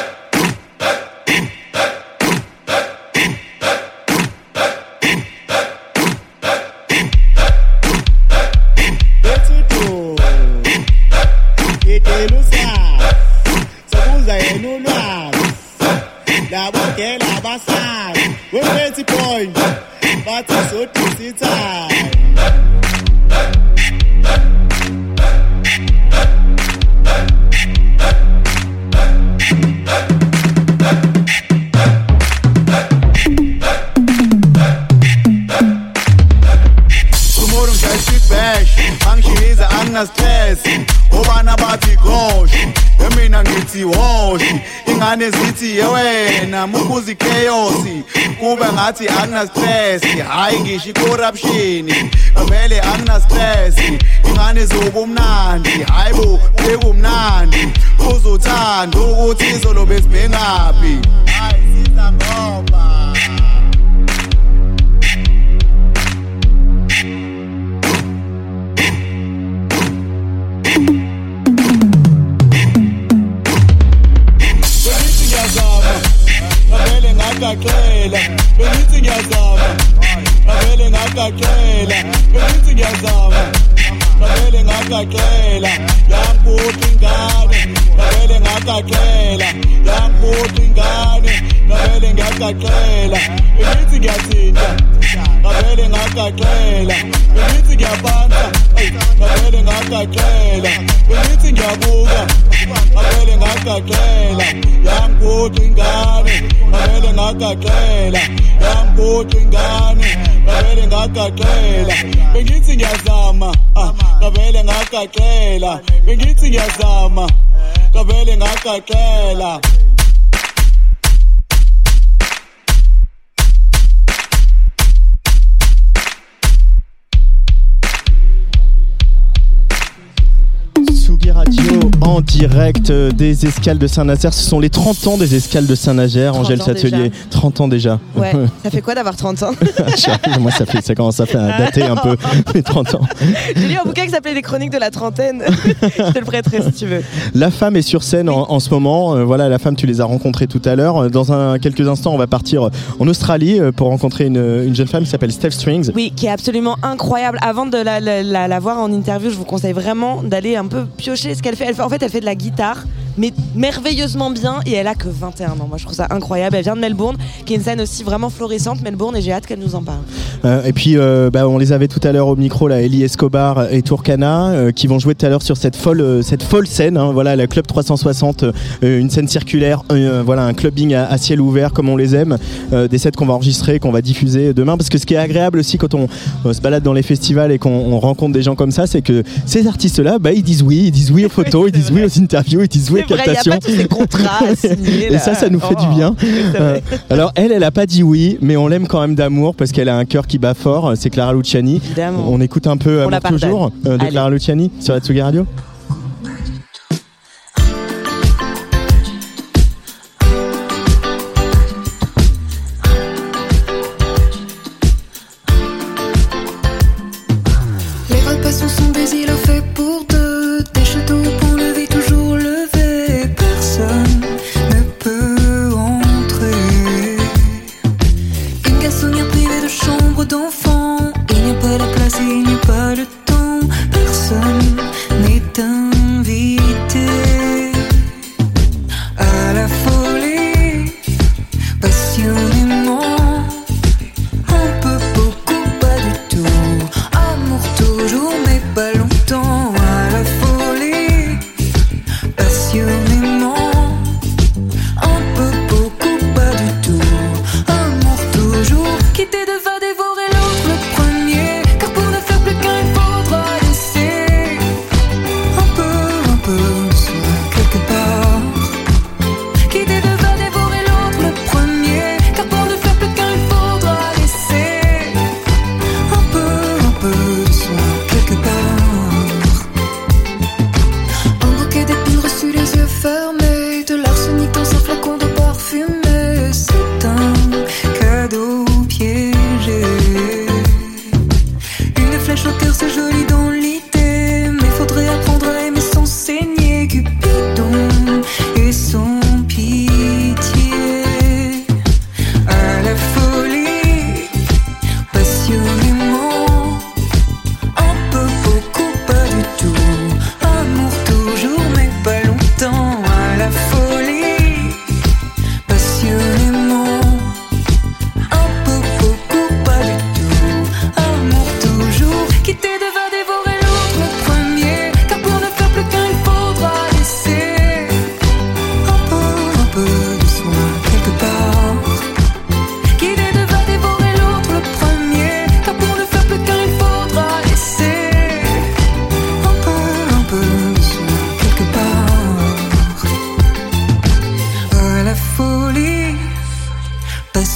Q: Labokela abasali we-30 point bathi sodisa time
P: tomorrow ngiyashibhesh angishisa anginastress obana bathi gosh mina ngithi woshi ingane zithi yewena mukuzi chaos kube ngathi angina stress hayi ngisho corruption vele angina stress ingane zobumnandi hayibo bekumnandi uzothanda ukuthi izolo besibengaphi hayi siza ngoba
Q: ngakakela bengithi ngiyazama ngavele ngakakela bengithi ngiyazama ngavele ngakakela yambuka ingane ngavele ngakakela yambuka ingane ngavele ngakakela bengithi ngiyathinta ngavele ngakakela bengithi ngiyaphansa ngavele ngakakela bengithi ngiyabuka ngavele ngakakela yambuka ingane ngavele ngakakela yambuka ingane ngavele ngakakela bengithi ngiyazama ngavele ngakakela bengithi ngiyazama ngavele ngakakela
C: Radio en direct des escales de Saint-Nazaire. Ce sont les 30 ans des escales de Saint-Nazaire, Angèle Satelier. 30 ans déjà.
D: Ouais, ça fait quoi d'avoir 30 ans?
C: Moi, ça commence à faire dater un peu mes 30 ans.
D: J'ai lu un bouquin qui s'appelait Les Chroniques de la trentaine. Je te le prêterai si tu veux.
C: La Femme est sur scène en ce moment. Voilà, La Femme, tu les as rencontrées tout à l'heure. Dans quelques instants, on va partir en Australie pour rencontrer une jeune femme qui s'appelle Steph Strings.
D: Oui, qui est absolument incroyable. Avant de la voir en interview, je vous conseille vraiment d'aller un peu piocher ce qu'elle fait. En fait, elle fait de la guitare, mais merveilleusement bien, et elle a que 21 ans. Moi, je trouve ça incroyable. Elle vient de Melbourne, qui est une scène aussi vraiment florissante, Melbourne, et j'ai hâte qu'elle nous en parle.
C: Et puis, on les avait tout à l'heure au micro, là, Ellie Escobar et Turkana, qui vont jouer tout à l'heure sur cette folle scène. Hein, voilà, la Club 360, une scène circulaire, voilà, un clubbing à ciel ouvert comme on les aime, des sets qu'on va enregistrer, qu'on va diffuser demain. Parce que ce qui est agréable aussi quand on se balade dans les festivals et qu'on rencontre des gens comme ça, c'est que ces artistes-là, ils disent oui aux photos, ils disent oui aux interviews, ils disent oui aux captations.
D: Il n'y a pas tous ces contrats à signer,
C: et ça nous fait du bien. Alors elle a pas dit oui, mais on l'aime quand même d'amour parce qu'elle a un cœur qui bat fort. C'est Clara Luciani.
D: Évidemment.
C: On écoute un peu Amour toujours de Clara Luciani sur Atsugi Radio.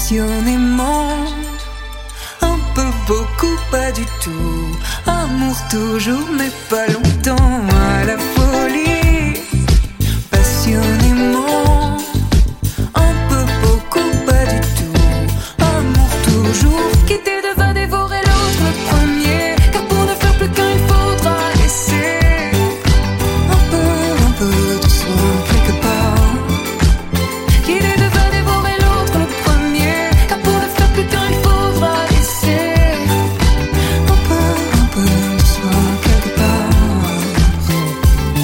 R: passionnément. Un peu, beaucoup, pas du tout. Amour toujours, mais pas longtemps. À la folie, passionnément. Un peu, beaucoup, pas du tout. Amour toujours, quitter devant dévorer l'autre le premier. Car pour ne faire plus qu'un, il faudra laisser un peu de soi quelque part. Quitter devant dévorer l'autre le premier. Car pour ne faire plus qu'un, il faudra laisser un peu de soi quelque part.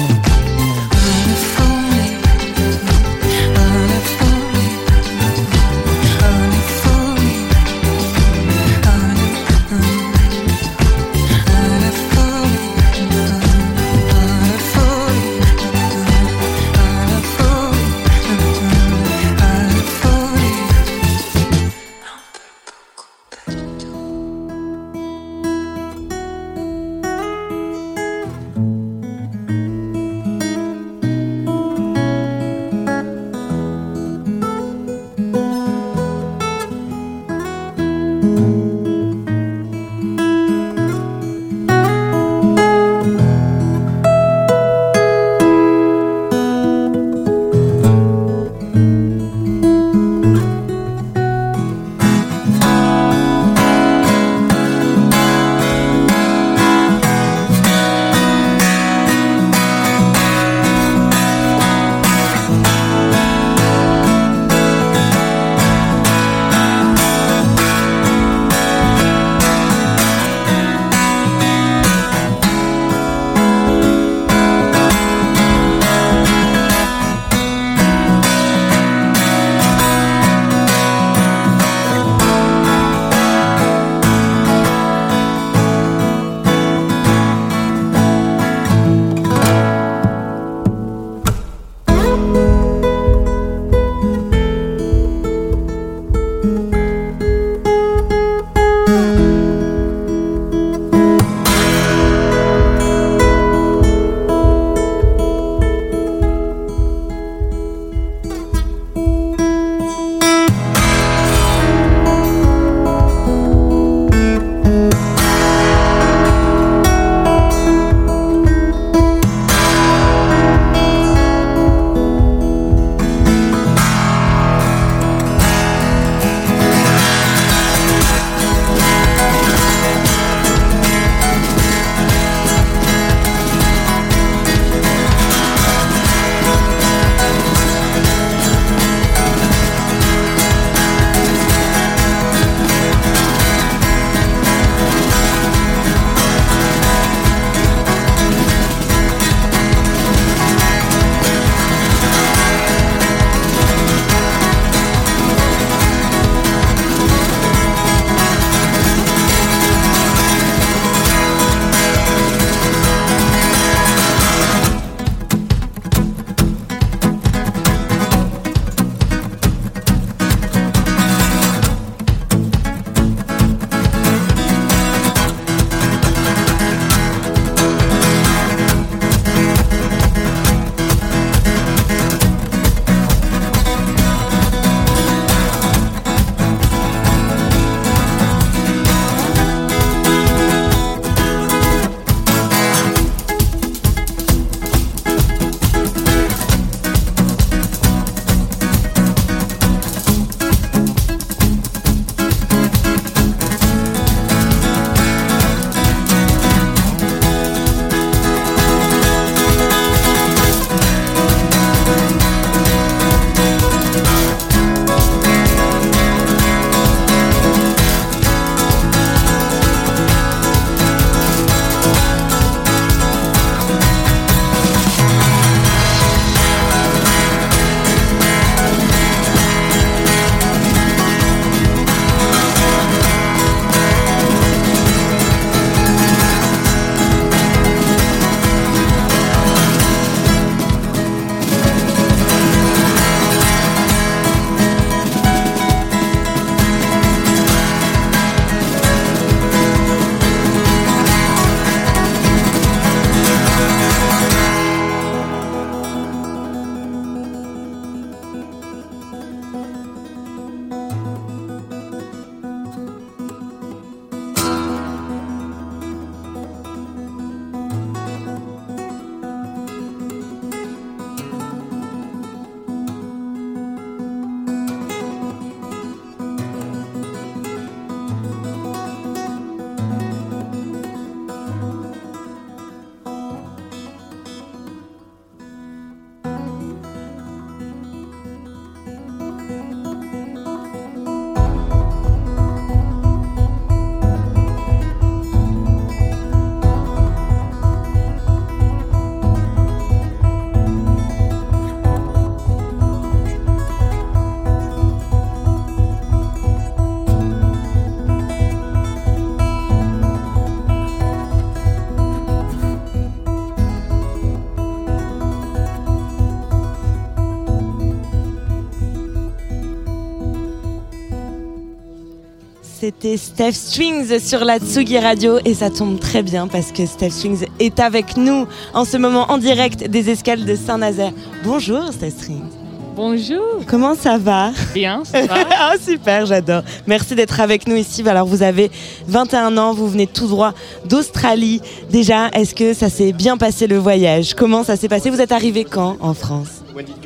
D: C'était Steph Strings sur la Tsugi Radio et ça tombe très bien parce que Steph Strings est avec nous en ce moment en direct des escales de Saint-Nazaire. Bonjour Steph Strings.
S: Bonjour.
D: Comment ça va?
S: Bien, ça va.
D: Ah super, j'adore. Merci d'être avec nous ici. Alors vous avez 21 ans, vous venez tout droit d'Australie. Déjà, est-ce que ça s'est bien passé le voyage? Comment ça s'est passé? Vous êtes arrivé quand en France?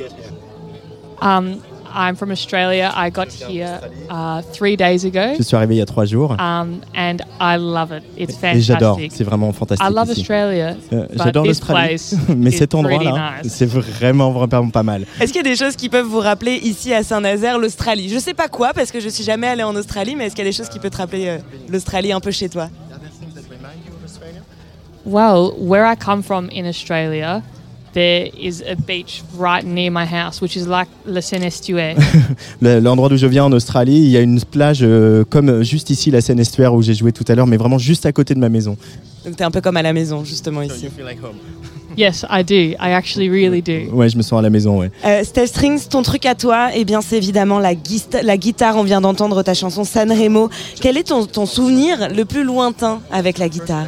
S: I'm from Australia. I got here 3 days ago.
C: Je suis arrivé il y a 3 jours.
S: And I love it. It's fantastic.
C: Et j'adore, c'est vraiment fantastique.
S: I love
C: ici.
S: Australia.
C: J'adore
S: but this
C: l'Australie,
S: place
C: mais
S: is
C: cet endroit-là,
S: pretty nice.
C: c'est vraiment pas mal.
D: Est-ce qu'il y a des choses qui peuvent vous rappeler ici à Saint-Nazaire l'Australie? Je sais pas quoi parce que je suis jamais allée en Australie, mais est-ce qu'il y a des choses qui peuvent te rappeler l'Australie un peu chez toi?
S: Well, where I come from in Australia, there is a beach right near my house, which is like le Seine-Estuaire.
C: L'endroit d'où je viens en Australie, il y a une plage comme juste ici, la Seine-Estuaire où j'ai joué tout à l'heure, mais vraiment juste à côté de ma maison.
D: Donc t'es un peu comme à la maison justement ici.
S: Yes, I do. I actually really do.
C: Ouais, je me sens à la maison, ouais.
D: Steph Strings, ton truc à toi, eh bien c'est évidemment la guitare. On vient d'entendre ta chanson Sanremo. Quel est ton souvenir le plus lointain avec la guitare?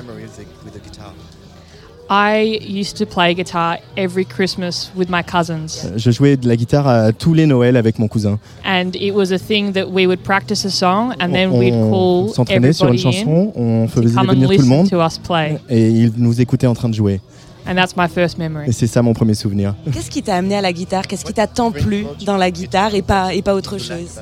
S: I used to play guitar every Christmas with my cousins.
C: Je jouais de la guitare à tous les Noëls avec mon cousin.
S: And it was a thing that we would practice a song and then we'd
C: On
S: call
C: s'entraînait sur une
S: everybody
C: chanson, on
S: in to
C: faisait
S: come and
C: venir tout le
S: listen
C: monde
S: to us play.
C: et ils nous écoutaient en train de jouer.
S: And that's my first memory.
C: Et c'est ça mon premier souvenir.
D: Qu'est-ce qui t'a amené à la guitare? Qu'est-ce qui t'a tant plu dans la guitare et pas autre chose?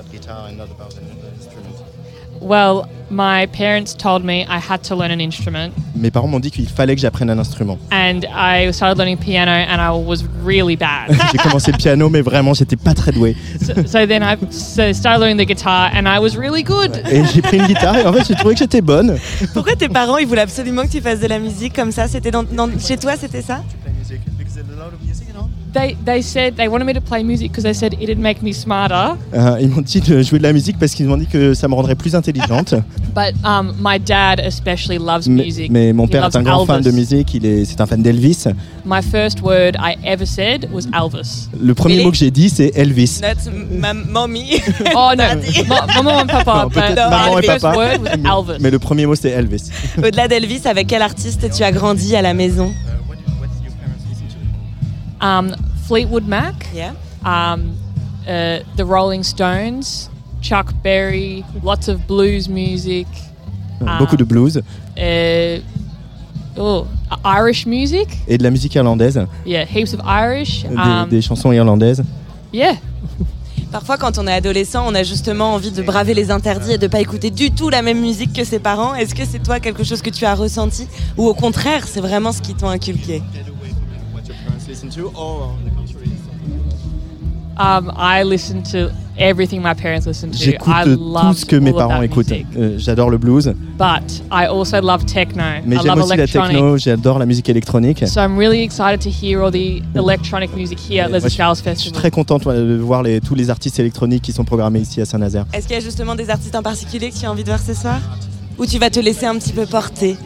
S: Well, my parents told me I had to learn an instrument.
C: Mes parents m'ont dit qu'il fallait que j'apprenne un instrument.
S: And I started learning piano and I was really bad.
C: J'ai commencé le piano, mais vraiment, j'étais pas très doué.
S: So then I started learning the guitar and I was really good.
C: Et j'ai pris une guitare et en fait, j'ai trouvé que j'étais bonne.
D: Pourquoi tes parents, ils voulaient absolument que tu fasses de la musique comme ça? C'était chez toi, c'était ça?
S: They said they wanted me to play music because they said it'd make me smarter.
C: Ils m'ont dit de jouer de la musique parce qu'ils m'ont dit que ça me rendrait plus intelligente.
S: But my dad especially loves music.
C: Mais mon père
S: He
C: est un
S: loves
C: grand fan
S: Elvis.
C: de musique, c'est un fan d'Elvis.
S: My first word I ever said was Elvis.
C: Le premier mot que j'ai dit, c'est Elvis.
D: Not mommy.
S: Oh no, maman and papa.
C: Non, peut-être
S: but
C: maman
S: my
C: et
S: first
C: papa.
S: word was Elvis.
C: Mais le premier mot, c'est Elvis.
D: Au-delà d'Elvis, avec quel artiste tu as grandi à la maison?
S: Fleetwood Mac.
D: Yeah.
S: The Rolling Stones. Chuck Berry. Lots of blues music.
C: Beaucoup de blues.
S: Irish music.
C: Et de la musique irlandaise.
S: Yeah, heaps of Irish.
C: Des chansons irlandaises.
S: Yeah.
D: Parfois, quand on est adolescent, on a justement envie de braver les interdits et de pas écouter du tout la même musique que ses parents. Est-ce que c'est toi quelque chose que tu as ressenti ou au contraire, c'est vraiment ce qui t'ont inculqué?
S: I listen to everything my parents listen to.
C: J'écoute
S: I
C: tout
S: love
C: ce que mes
S: all of
C: parents
S: that
C: écoutent.
S: music.
C: J'adore le blues.
S: But I also love techno.
C: Mais
S: I
C: j'aime
S: love
C: aussi la
S: electronic.
C: techno, j'adore la musique électronique.
S: So I'm really excited to hear all the electronic music here at Les
C: Moi,
S: Escales
C: je suis
S: Festival.
C: très contente de voir tous les artistes électroniques qui sont programmés ici à Saint-Nazaire.
D: Est-ce qu'il y a justement des artistes en particulier que tu as envie de voir ce soir? Ou tu vas te laisser un petit peu porter?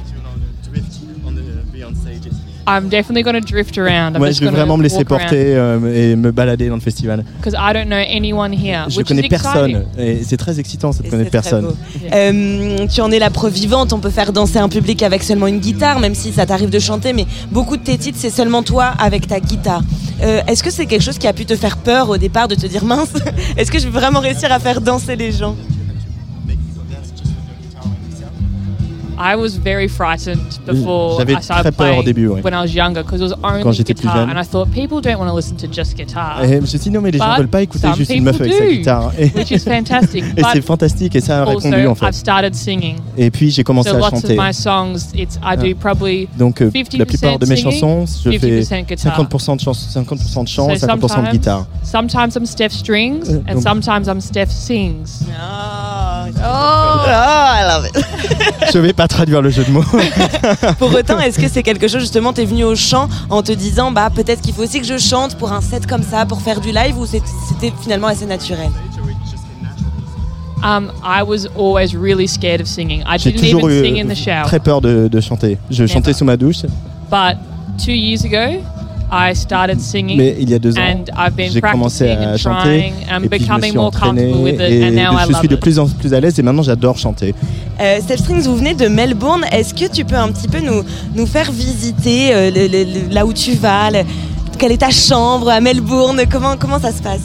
S: I'm definitely going to drift around. I'm
C: Moi,
S: just
C: je vais
S: gonna
C: vraiment me laisser
S: walk around.
C: porter et me balader dans le festival.
S: Because I don't know anyone here,
C: Je
S: which
C: connais
S: is
C: personne
S: exciting.
C: et c'est très excitant de
D: Et
C: connaître
D: c'est très
C: personne.
D: beau. Tu en es la preuve vivante, on peut faire danser un public avec seulement une guitare, même si ça t'arrive de chanter, mais beaucoup de tes titres, c'est seulement toi avec ta guitare. Est-ce que c'est quelque chose qui a pu te faire peur au départ, de te dire mince, est-ce que je vais vraiment réussir à faire danser les gens?
S: I was very frightened before
C: J'avais
S: I started
C: très peur au
S: playing
C: début, ouais.
S: when I was younger because it was
C: Quand
S: only
C: j'étais plus
S: guitar
C: jeune.
S: and I thought people don't want to listen to just guitar.
C: Et je me suis dit non mais les gens
S: But
C: veulent pas écouter
S: some
C: juste une meuf
S: people
C: avec sa
S: do,
C: guitare.
S: which is fantastic.
C: Et
S: But
C: c'est fantastique et ça a
S: also,
C: répondu en fait.
S: I've started singing.
C: Et puis j'ai commencé
S: So
C: à
S: lots
C: chanter.
S: of my songs, I do probably
C: Donc
S: 50%
C: la plupart de mes
S: singing,
C: chansons, je fais
S: 50% guitar.
C: 50% de chant, 50% de chant,
S: So
C: 50% de guitare.
S: Sometimes I'm Steph Strings and
C: donc-
S: sometimes I'm Steph Sings.
D: I love it.
C: Je vais pas traduire le jeu de mots.
D: Pour autant, est-ce que c'est quelque chose, justement, t'es venu au chant en te disant, bah peut-être qu'il faut aussi que je chante pour un set comme ça, pour faire du live, ou c'était finalement assez naturel?
S: I was always really scared of singing. I
C: J'ai
S: didn't even
C: toujours
S: sing in
C: eu
S: the shower.
C: très peur de chanter. Je chantais sous ma douche.
S: But 2 years ago, I started singing.
C: Mais il y a 2 ans,
S: and I've been
C: j'ai commencé
S: practicing
C: à
S: and
C: chanter
S: trying. I'm
C: et puis je me
S: becoming
C: suis
S: more
C: entraîné
S: comfortable with it,
C: et
S: and now I
C: je
S: love
C: suis de
S: it.
C: plus en plus à l'aise et maintenant j'adore chanter.
D: Steph Strings, vous venez de Melbourne. Est-ce que tu peux un petit peu nous faire visiter là où tu vas, quelle est ta chambre à Melbourne, comment ça se passe?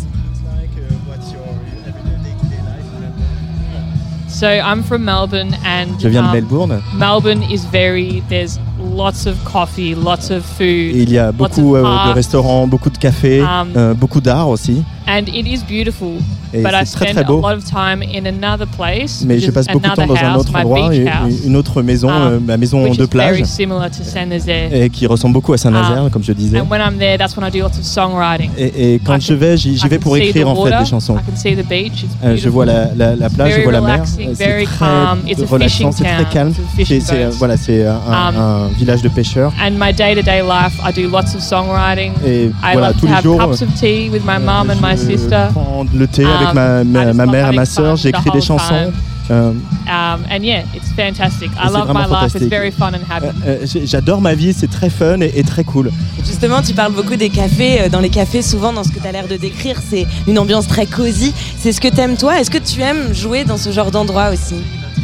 S: So I'm from Melbourne, and
C: Je viens de Melbourne.
S: Melbourne is there's lots of coffee, lots of food.
C: Et il y a beaucoup de restaurants, beaucoup de cafés, beaucoup d'art aussi.
S: And it is beautiful,
C: Et
S: but I
C: c'est très,
S: spend
C: très beau.
S: a lot of time in another place.
C: Mais
S: which
C: je
S: is
C: passe beaucoup de temps
S: another
C: dans un
S: house,
C: autre
S: my
C: endroit,
S: beach house,
C: une autre maison, ma maison
S: which
C: de
S: is
C: plage,
S: very similar to Saint-Nazaire.
C: et qui ressemble beaucoup à Saint-Nazaire, comme je disais.
S: And when I'm there, that's when I do lots of songwriting.
C: Et quand je vais, j'y vais pour écrire en fait des chansons.
S: I can see the beach. It's
C: Je vois la plage, je
S: Very
C: vois la mer.
S: relaxing,
C: C'est
S: very
C: très
S: calm. It's a
C: relaxant,
S: fishing
C: c'est très
S: town.
C: calme.
S: It's a fishing boat.
C: C'est un village de pêcheurs.
S: And my day-to-day life, I do lots of songwriting.
C: Et
S: I
C: voilà,
S: love
C: tous
S: to
C: les
S: have
C: jours,
S: cups of tea with my mom and my sister.
C: Prendre le thé avec ma mère et ma sœur, j'écris des chansons.
S: And yeah, it's fantastic. I
C: c'est
S: love my
C: vraiment
S: life.
C: fantastique.
S: It's very fun and happy.
C: J'adore ma vie, c'est très fun et très cool.
D: Justement, tu parles beaucoup des cafés. Dans les cafés, souvent, dans ce que tu as l'air de décrire, c'est une ambiance très cosy. C'est ce que t'aimes toi. Est-ce que tu aimes jouer dans ce genre d'endroit aussi?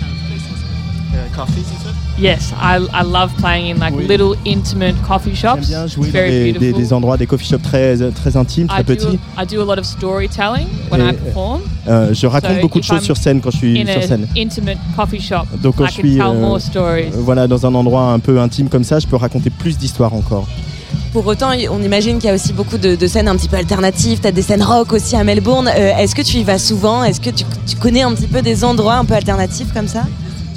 S: Yes, I love playing in little intimate coffee shops.
C: J'aime bien jouer
S: It's very
C: dans
S: beautiful.
C: des endroits, des coffee shops très intimes, très petits.
S: I do a lot of storytelling when I perform.
C: Je raconte
S: So
C: beaucoup de
S: if
C: choses
S: I'm
C: sur scène quand je suis
S: in
C: sur scène.
S: an intimate coffee shop,
C: Donc quand
S: I
C: je
S: can
C: suis
S: tell more stories.
C: voilà, dans un endroit un peu intime comme ça, je peux raconter plus d'histoires encore.
D: Pour autant, on imagine qu'il y a aussi beaucoup de scènes un petit peu alternatives. Tu as des scènes rock aussi à Melbourne. Est-ce que tu y vas souvent? Est-ce que tu connais un petit peu des endroits un peu alternatifs comme ça?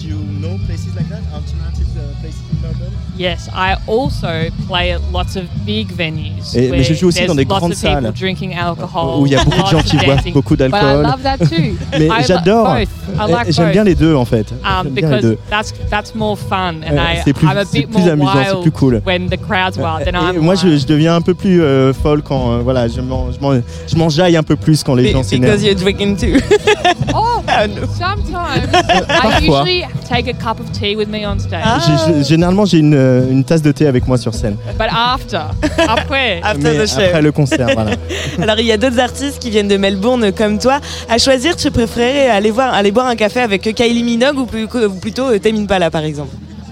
S: Yes, I also play at lots of big venues.
C: Mais je joue aussi dans des grandes salles
S: où
C: il y a beaucoup de gens qui boivent beaucoup d'alcool. Mais j'adore. J'aime bien les deux en fait. J'aime bien les deux.
S: That's more fun, and
C: c'est plus amusant, c'est plus cool.
S: When the crowd's wild, then I'm
C: moi, je deviens un peu plus folle quand voilà, je m'enjaille un peu plus quand les gens s'énervent.
D: Because you're drinking too.
S: Sometimes I usually take a cup of tea with me on stage.
C: Généralement, j'ai une tasse de thé avec moi sur scène.
S: But après
C: après le concert, voilà.
D: Alors il y a d'autres artistes qui viennent de Melbourne comme toi. À choisir, tu préférais aller boire un café avec Kylie Minogue ou plutôt Tame Impala par exemple?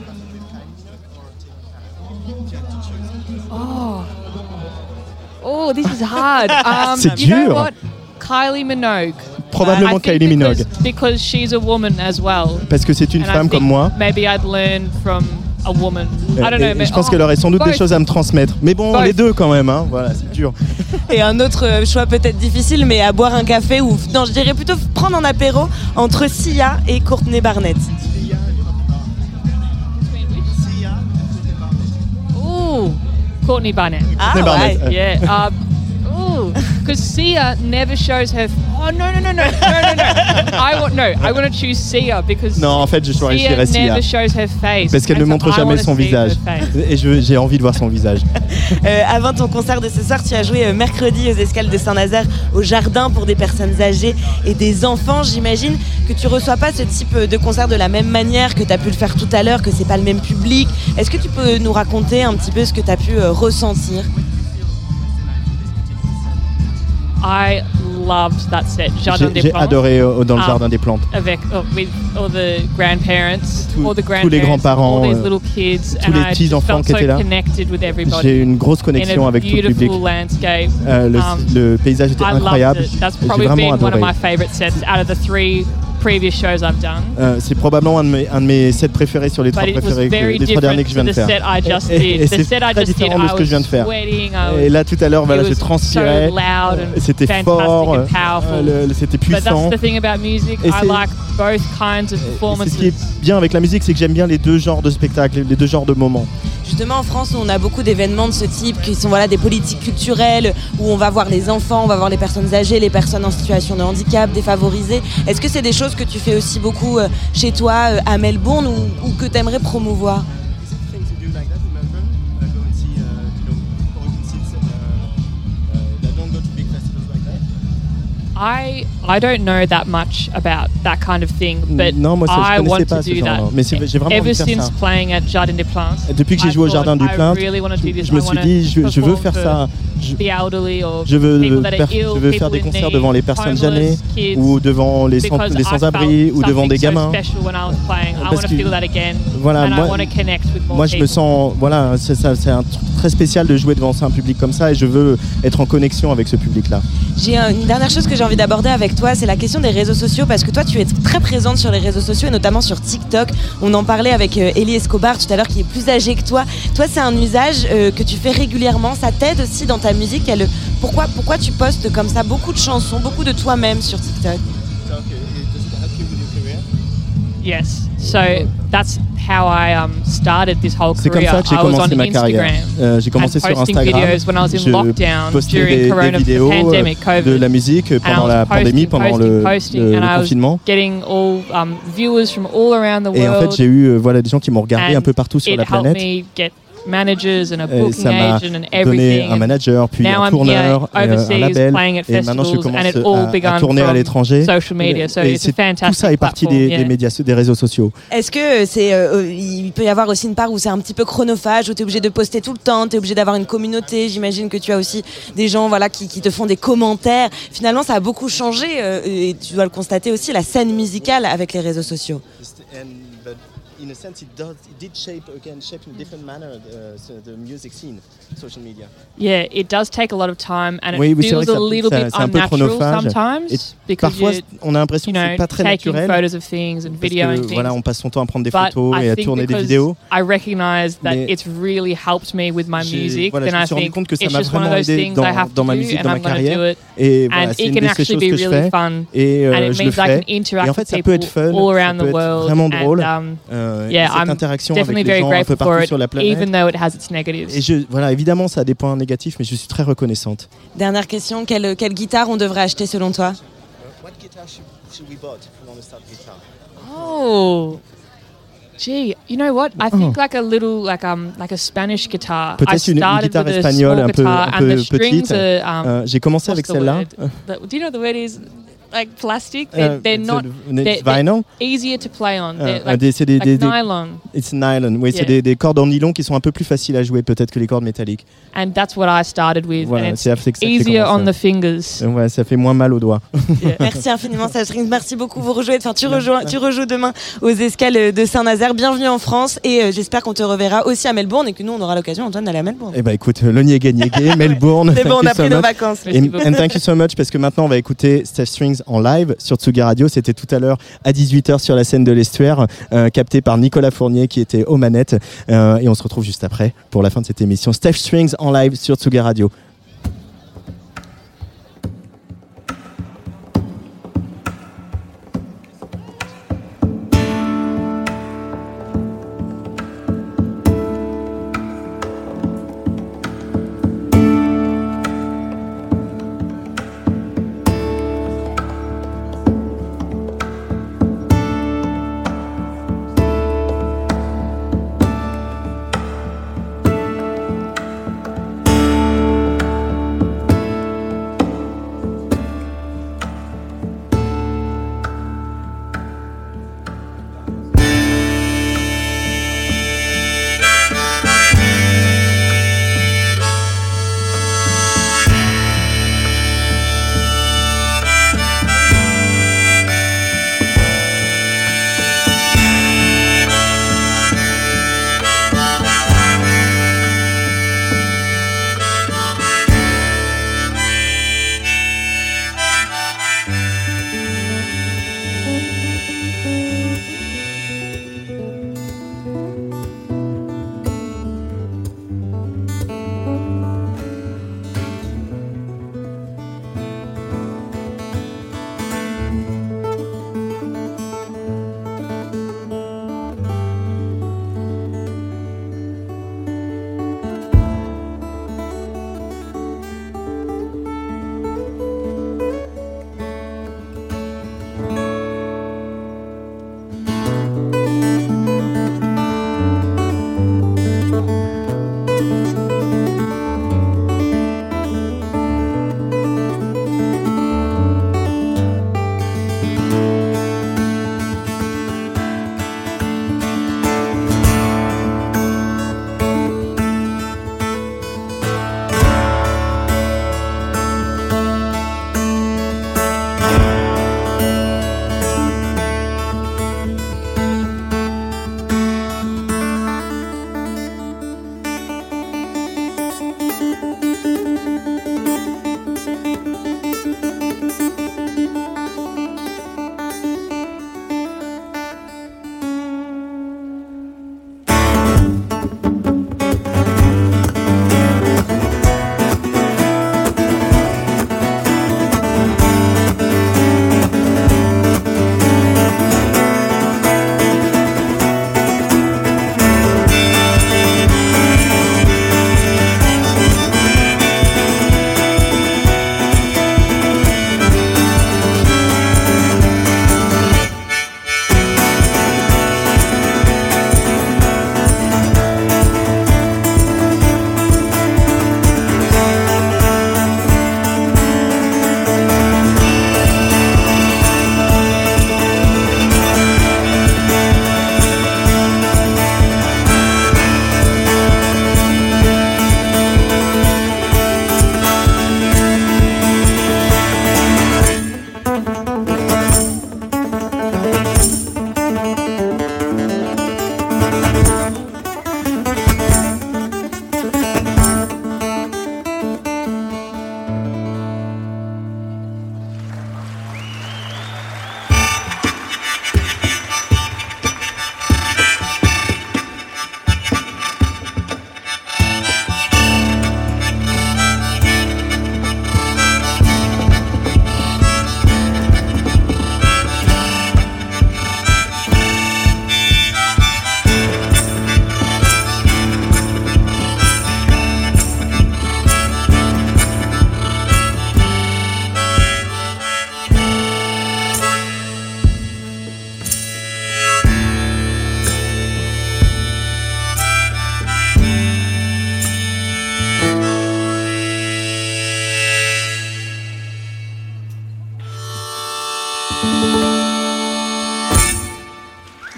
S: Oh, this is hard.
C: C'est
S: you know
C: dur.
S: what? Kylie Minogue.
C: Probablement Kylie Minogue.
S: Because she's a woman as well.
C: Parce que c'est une femme comme moi.
S: Maybe I'd learn from a woman. I don't know.
C: Je pense qu'elle aurait sans doute des choses à me transmettre. Mais bon, les deux quand même, hein. Voilà, c'est dur.
D: Et un autre choix peut-être difficile, mais à boire un café ou non, je dirais plutôt prendre un apéro entre Sia et Courtney Barnett.
S: Ooh, Courtney Barnett.
D: Ah,
C: Barnett.
D: ouais.
S: Yeah. Because Sia never shows her. Oh no! I want to choose Sia because.
C: Non, en fait, je choisirais Sia.
S: Never shows her face.
C: Parce qu'elle ne montre jamais son visage. Et j'ai envie de voir son visage.
D: Avant ton concert de ce soir, tu as joué mercredi aux Escales de Saint-Nazaire au jardin pour des personnes âgées et des enfants. J'imagine que tu reçois pas ce type de concert de la même manière que tu as pu le faire tout à l'heure, que c'est pas le même public. Est-ce que tu peux nous raconter un petit peu ce que tu as pu ressentir?
S: I loved that set. Jardin des
C: J'ai
S: Plantes.
C: adoré dans le jardin des plantes.
S: Avec with all the grandparents,
C: Tous les grands-parents,
S: all these little kids,
C: tous les petits-enfants qui étaient là. J'ai eu une grosse connexion avec tout le public. Le paysage était incroyable.
S: That's
C: J'ai
S: probably
C: vraiment
S: been one of
C: adoré.
S: my favorite sets out of the 3 previous shows I've done.
C: C'est probablement un de mes sets préférés sur les 3
S: But it was
C: préférés,
S: very
C: les 3 derniers que je viens de
S: different
C: faire.
S: to the set I just
C: Et
S: did. The
C: c'est
S: set I
C: très
S: just did,
C: différent de ce que je viens de faire. Et là tout à l'heure, voilà, je transpirais.
S: So loud and
C: c'était
S: fantastic
C: fort,
S: and powerful.
C: C'était
S: But that's
C: puissant.
S: the thing about music.
C: Et
S: I
C: c'est-
S: like both kinds of
C: C'est
S: performances.
C: ce qui est bien avec la musique, c'est que j'aime bien les deux genres de spectacles, les deux genres de moments.
D: Justement, en France, on a beaucoup d'événements de ce type qui sont des politiques culturelles où on va voir les enfants, on va voir les personnes âgées, les personnes en situation de handicap, défavorisées. Est-ce que c'est des choses que tu fais aussi beaucoup chez toi à Melbourne ou que tu aimerais promouvoir?
S: I don't know that much about that kind of thing, but
C: Non, moi, ça, je
S: I
C: connaissais
S: want
C: pas
S: to
C: ce
S: do
C: genre-là.
S: that.
C: Mais j'ai vraiment envie
S: Ever
C: de faire
S: since
C: ça.
S: playing at Jardin des Plantes,
C: Depuis que j'ai joué au Jardin du Plain,
S: I really want to do this.
C: je me
S: I
C: suis
S: wanna
C: dit, je veux faire
S: perform
C: ça.
S: for the elderly or
C: Je veux,
S: people that are ill,
C: je veux faire
S: people
C: des
S: in
C: concerts
S: need,
C: devant les personnes
S: homeless
C: âgées
S: kids,
C: ou devant les
S: because I
C: sans-abri
S: felt
C: ou devant des
S: something so
C: gamins.
S: special when I was playing. I
C: Parce
S: want to
C: que-
S: feel that again,
C: Voilà,
S: and I
C: moi-
S: want to connect with more
C: Moi, je me
S: people.
C: sens, voilà, c'est un truc très spécial de jouer devant un public comme ça et je veux être en connexion avec ce public-là.
D: J'ai une dernière chose que j'ai envie d'aborder avec toi, c'est la question des réseaux sociaux, parce que toi tu es très présente sur les réseaux sociaux et notamment sur TikTok. On en parlait avec Elie Escobar tout à l'heure, qui est plus âgée que toi. Toi, c'est un usage que tu fais régulièrement, ça t'aide aussi dans ta musique. Pourquoi tu postes comme ça beaucoup de chansons, beaucoup de toi-même sur TikTok?
S: Yes, so that's how I started this whole
C: C'est comme
S: career.
C: ça que j'ai
S: I was on
C: commencé ma carrière.
S: Instagram.
C: J'ai commencé
S: and
C: sur
S: posting
C: Instagram.
S: videos when I was in
C: Je
S: lockdown
C: postais
S: during
C: des vidéos
S: pandemic, COVID.
C: de la musique pendant
S: And I
C: la
S: was
C: pandémie, pendant le
S: and I was
C: confinement.
S: getting all viewers from all around the
C: Et en
S: world.
C: fait, j'ai eu des gens qui m'ont regardé
S: And
C: un peu partout sur
S: it
C: la
S: helped
C: planète.
S: me get managers and a
C: Et
S: booking
C: ça m'a
S: agent and
C: donné
S: everything.
C: un manager, puis
S: Now
C: un
S: I'm
C: tourneur,
S: here
C: un
S: overseas
C: label.
S: playing at
C: Et maintenant, je
S: festivals, and it
C: commence
S: all
C: à
S: began
C: tourner à
S: from
C: l'étranger.
S: social media. So
C: Et
S: it's a fantastic
C: tout ça est parti
S: platform,
C: des
S: yeah.
C: médias, des réseaux sociaux.
D: Est-ce que il peut y avoir aussi une part où c'est un petit peu chronophage, où tu es obligé de poster tout le temps, tu es obligé d'avoir une communauté? J'imagine que tu as aussi des gens qui te font des commentaires. Finalement, ça a beaucoup changé et tu dois le constater aussi, la scène musicale avec les réseaux sociaux.
C: In a sense, it did shape in a different manner the music scene, social media.
S: Yeah, it does take a lot of time, and
C: Oui,
S: it
C: c'est vrai
S: feels
C: que
S: a little bit
C: c'est un peu
S: unnatural
C: chronophage.
S: sometimes
C: Et
S: because
C: parfois,
S: you're,
C: on a l'impression que c'est pas très
S: taking
C: naturel.
S: photos of things and
C: Parce
S: videoing
C: que,
S: things.
C: voilà, on passe son temps à prendre des
S: But
C: photos
S: I
C: et à
S: think
C: tourner des
S: because
C: vidéos.
S: I recognize that
C: Mais
S: it's really helped me with my music.
C: Voilà,
S: then
C: je me
S: I
C: suis rendu
S: think
C: compte que ça
S: it's
C: m'a
S: just one of
C: vraiment
S: those
C: aidé
S: things I have
C: dans
S: to
C: ma
S: do,
C: musique,
S: and
C: dans ma
S: I'm going to do
C: carrière.
S: it.
C: Et voilà,
S: And
C: c'est
S: it
C: une
S: can
C: de ces
S: actually
C: choses que
S: be
C: je
S: really
C: fais.
S: fun.
C: Et
S: And it
C: je le
S: means I
C: fais.
S: can interact
C: Et en fait,
S: with
C: ça peut être
S: people
C: fun,
S: all
C: ça
S: around
C: peut
S: the
C: être
S: world.
C: vraiment drôle.
S: Yeah,
C: cette
S: I'm
C: interaction
S: definitely
C: avec les
S: very
C: gens un peu
S: grateful for
C: partout
S: it,
C: sur la planète.
S: even though it has its negatives.
C: Et voilà, évidemment, ça a des points négatifs, mais je suis très reconnaissante.
D: Dernière question, quelle guitare on devrait acheter selon toi?
C: What guitar should we buy if we want to start guitar?
S: Oh, gee, you know what? I think like a little, like a Spanish guitar. I
C: Peut-être une
S: started
C: guitare
S: with a
C: espagnole
S: small
C: un peu,
S: guitar,
C: un
S: and
C: peu
S: the strings
C: petite.
S: are,
C: J'ai commencé avec
S: what's the
C: celle-là.
S: word? Do you know what the word is? Like plastic. They're not. They're
C: vinyl.
S: easier to play on. They're
C: C'est des
S: nylon.
C: It's nylon. Oui, c'est
S: Yeah.
C: des cordes en nylon qui sont un peu plus faciles à jouer peut-être que les cordes métalliques.
S: And that's what I started with.
C: Voilà,
S: and
C: c'est
S: it's
C: avec ça que j'ai
S: easier
C: commencé.
S: on the fingers.
C: Ouais, ça fait moins mal aux doigts.
D: Merci infiniment, Steph Strings. Merci beaucoup. Vous rejouez. Enfin, tu rejoues demain aux Escales de Saint-Nazaire. Bienvenue en France et j'espère qu'on te reverra aussi à Melbourne et que nous on aura l'occasion, Antoine, d'aller à Melbourne.
C: Eh ben écoute, le Niégué, Melbourne.
D: C'est bon, on
C: thank
D: a
C: you so
D: pris nos
C: much.
D: vacances.
C: And thank you so much parce que maintenant on va écouter Steph Strings en live sur Tsugi Radio. C'était tout à l'heure à 18h sur la scène de l'Estuaire, capté par Nicolas Fournier qui était aux manettes. Et on se retrouve juste après pour la fin de cette émission. Steph Strings en live sur Tsugi Radio.
N: Thank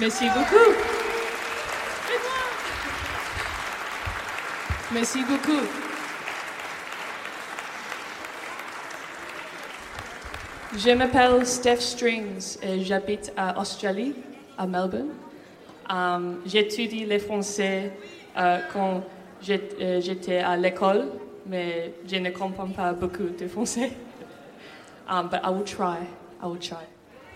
S: Merci beaucoup. Merci beaucoup. Je m'appelle Steph Strings et j'habite à Australie, à Melbourne. J'étudie le français quand j'étais à l'école, mais je ne comprends pas beaucoup de français. But I will try. I will try.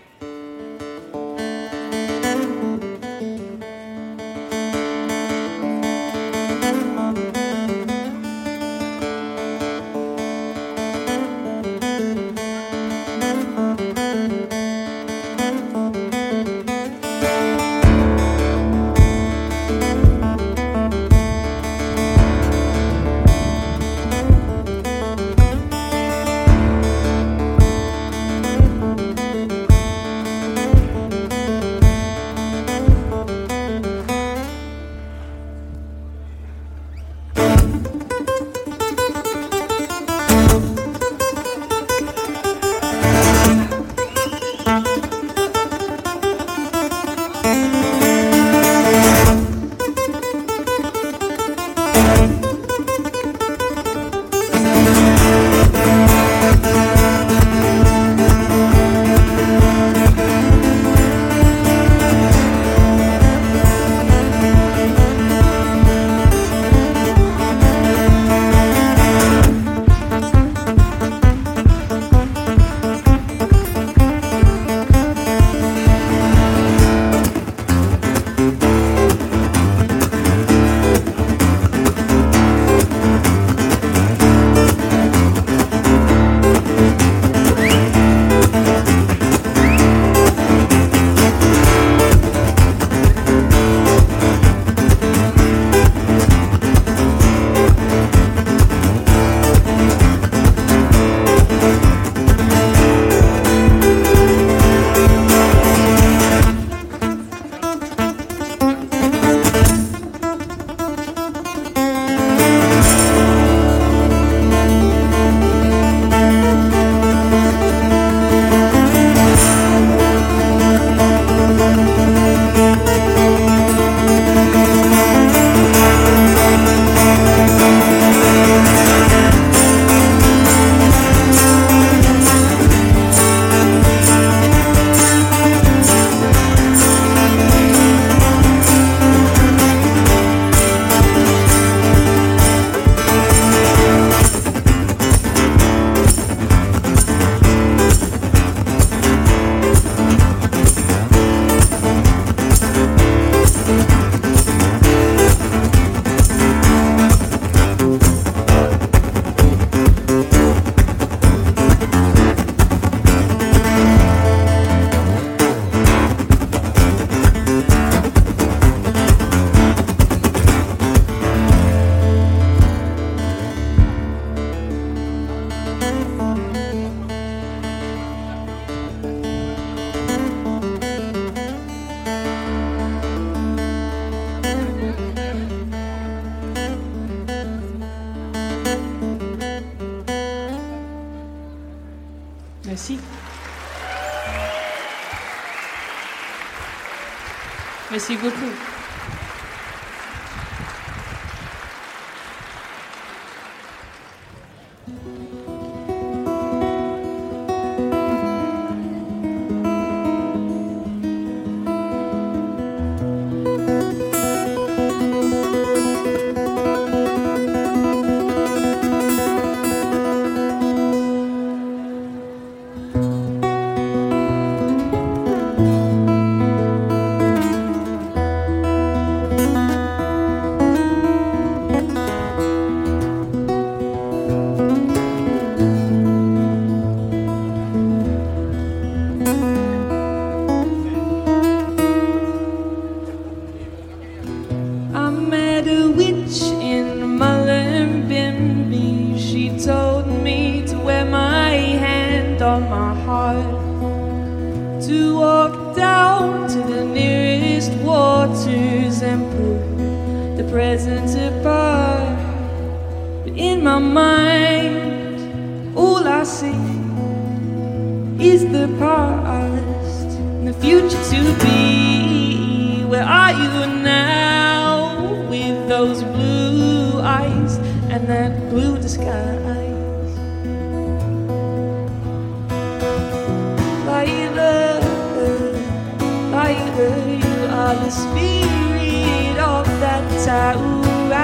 S: Merci. Merci beaucoup.
R: Is the past and the future to be?
S: that blue disguise. Laila, Laila, you are the spirit of that town.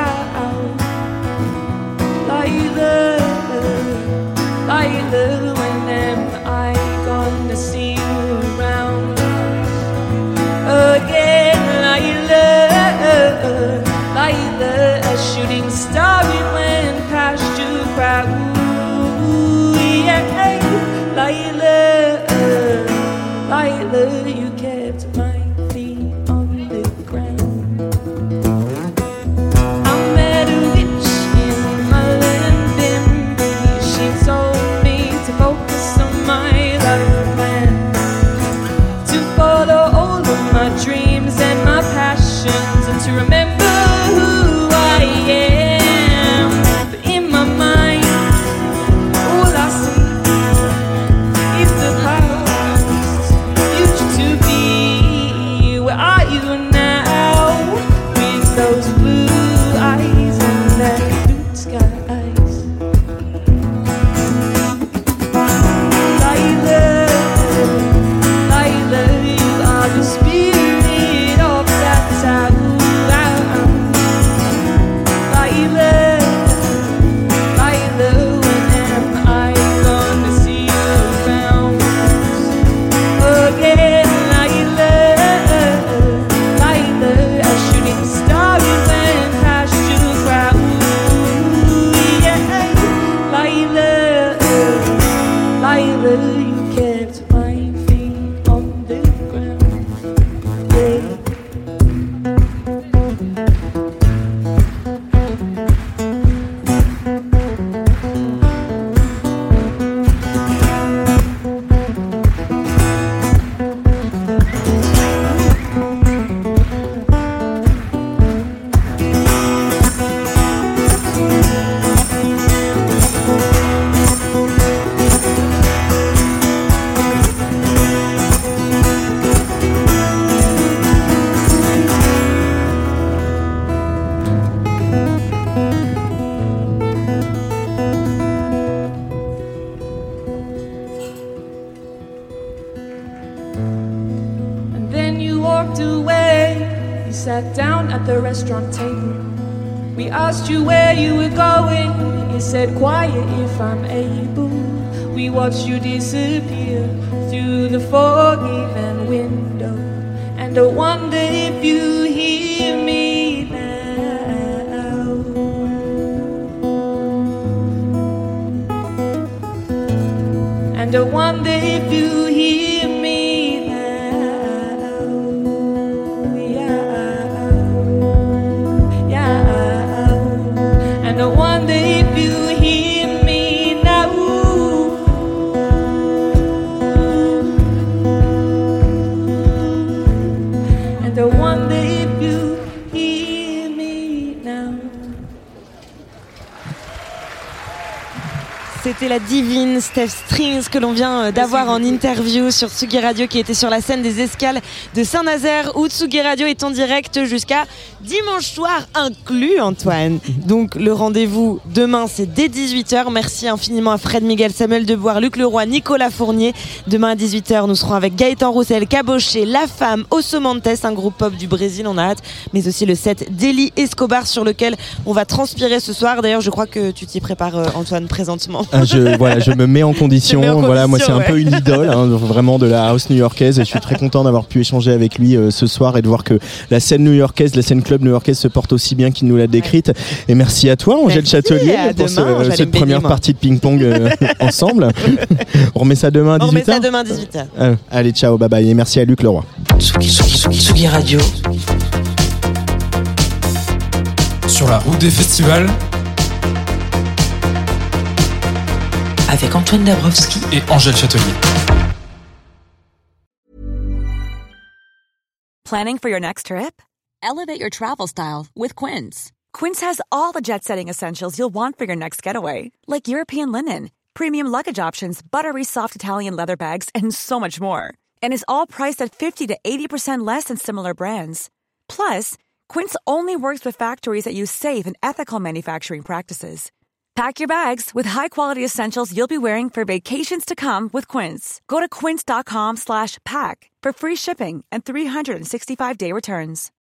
S: Laila, Laila, when am I gonna see you around again? Laila, Laila, a shooting star it went past you crowd. Yeah, Laila, Laila, you kept my feet on the ground. I met a witch in my London. She told me to focus on my life plan, to follow all of my dreams and my passions, and to remember who I am. But in my mind, all I see is the past. Used to be, where are you now? With those blue eyes and that blue skies. Laila, Laila, you are the spirit of that town. Laila, Laila, when am I gonna see you around again? Laila, Laila, a shooting star it went past you crowd. Yeah, Laila, Laila, you kept my feet on the ground. Yeah. And then you walked away. You sat down at the restaurant table. We asked you where you were going. You said quiet if I'm able. We watched you disappear through the fog-given window. And I wonder if you hear me now. And I wonder if you hear me now. Yeah. And I wonder if you hear me now. And I wonder if you hear me now.
D: C'était la divine Steph Strings que l'on vient d'avoir en interview sur Tsugi Radio, qui était sur la scène des Escales de Saint-Nazaire, où Tsugi Radio est en direct jusqu'à dimanche soir inclus, Antoine. Donc le rendez-vous demain, c'est dès 18h. Merci infiniment à Fred Miguel, Samuel Deboire, Luc Leroy, Nicolas Fournier. Demain à 18h, nous serons avec Gaëtan Roussel, Caboché, La Femme, Osso Montes, un groupe pop du Brésil, on a hâte, mais aussi le set d'Eli Escobar sur lequel on va transpirer ce soir. D'ailleurs, je crois que tu t'y prépares, Antoine, présentement.
C: Je me mets en condition. Voilà, moi c'est un peu une idole, vraiment de la house new-yorkaise, et je suis très content d'avoir pu échanger avec lui ce soir et de voir que la scène new-yorkaise, la scène club new-yorkaise se porte aussi bien qu'il nous l'a décrite. Et merci à toi, Angèle Châtelier, pour cette première partie de ping-pong ensemble. On remet ça demain à 18h.
D: On remet ça demain à 18h.
C: Allez, ciao, bye bye, et merci à Luc Leroy.
A: Tsugi Radio.
B: Sur la route des festivals.
A: Avec Antoine Dabrowski
B: et Angèle Châtelier.
T: Planning for your next trip? Elevate your travel style with Quince. Quince has all the jet-setting essentials you'll want for your next getaway, like European linen, premium luggage options, buttery soft Italian leather bags, and so much more. And is all priced at 50 to 80% less than similar brands. Plus, Quince only works with factories that use safe and ethical manufacturing practices. Pack your bags with high-quality essentials you'll be wearing for vacations to come with Quince. Go to quince.com/pack for free shipping and 365-day returns.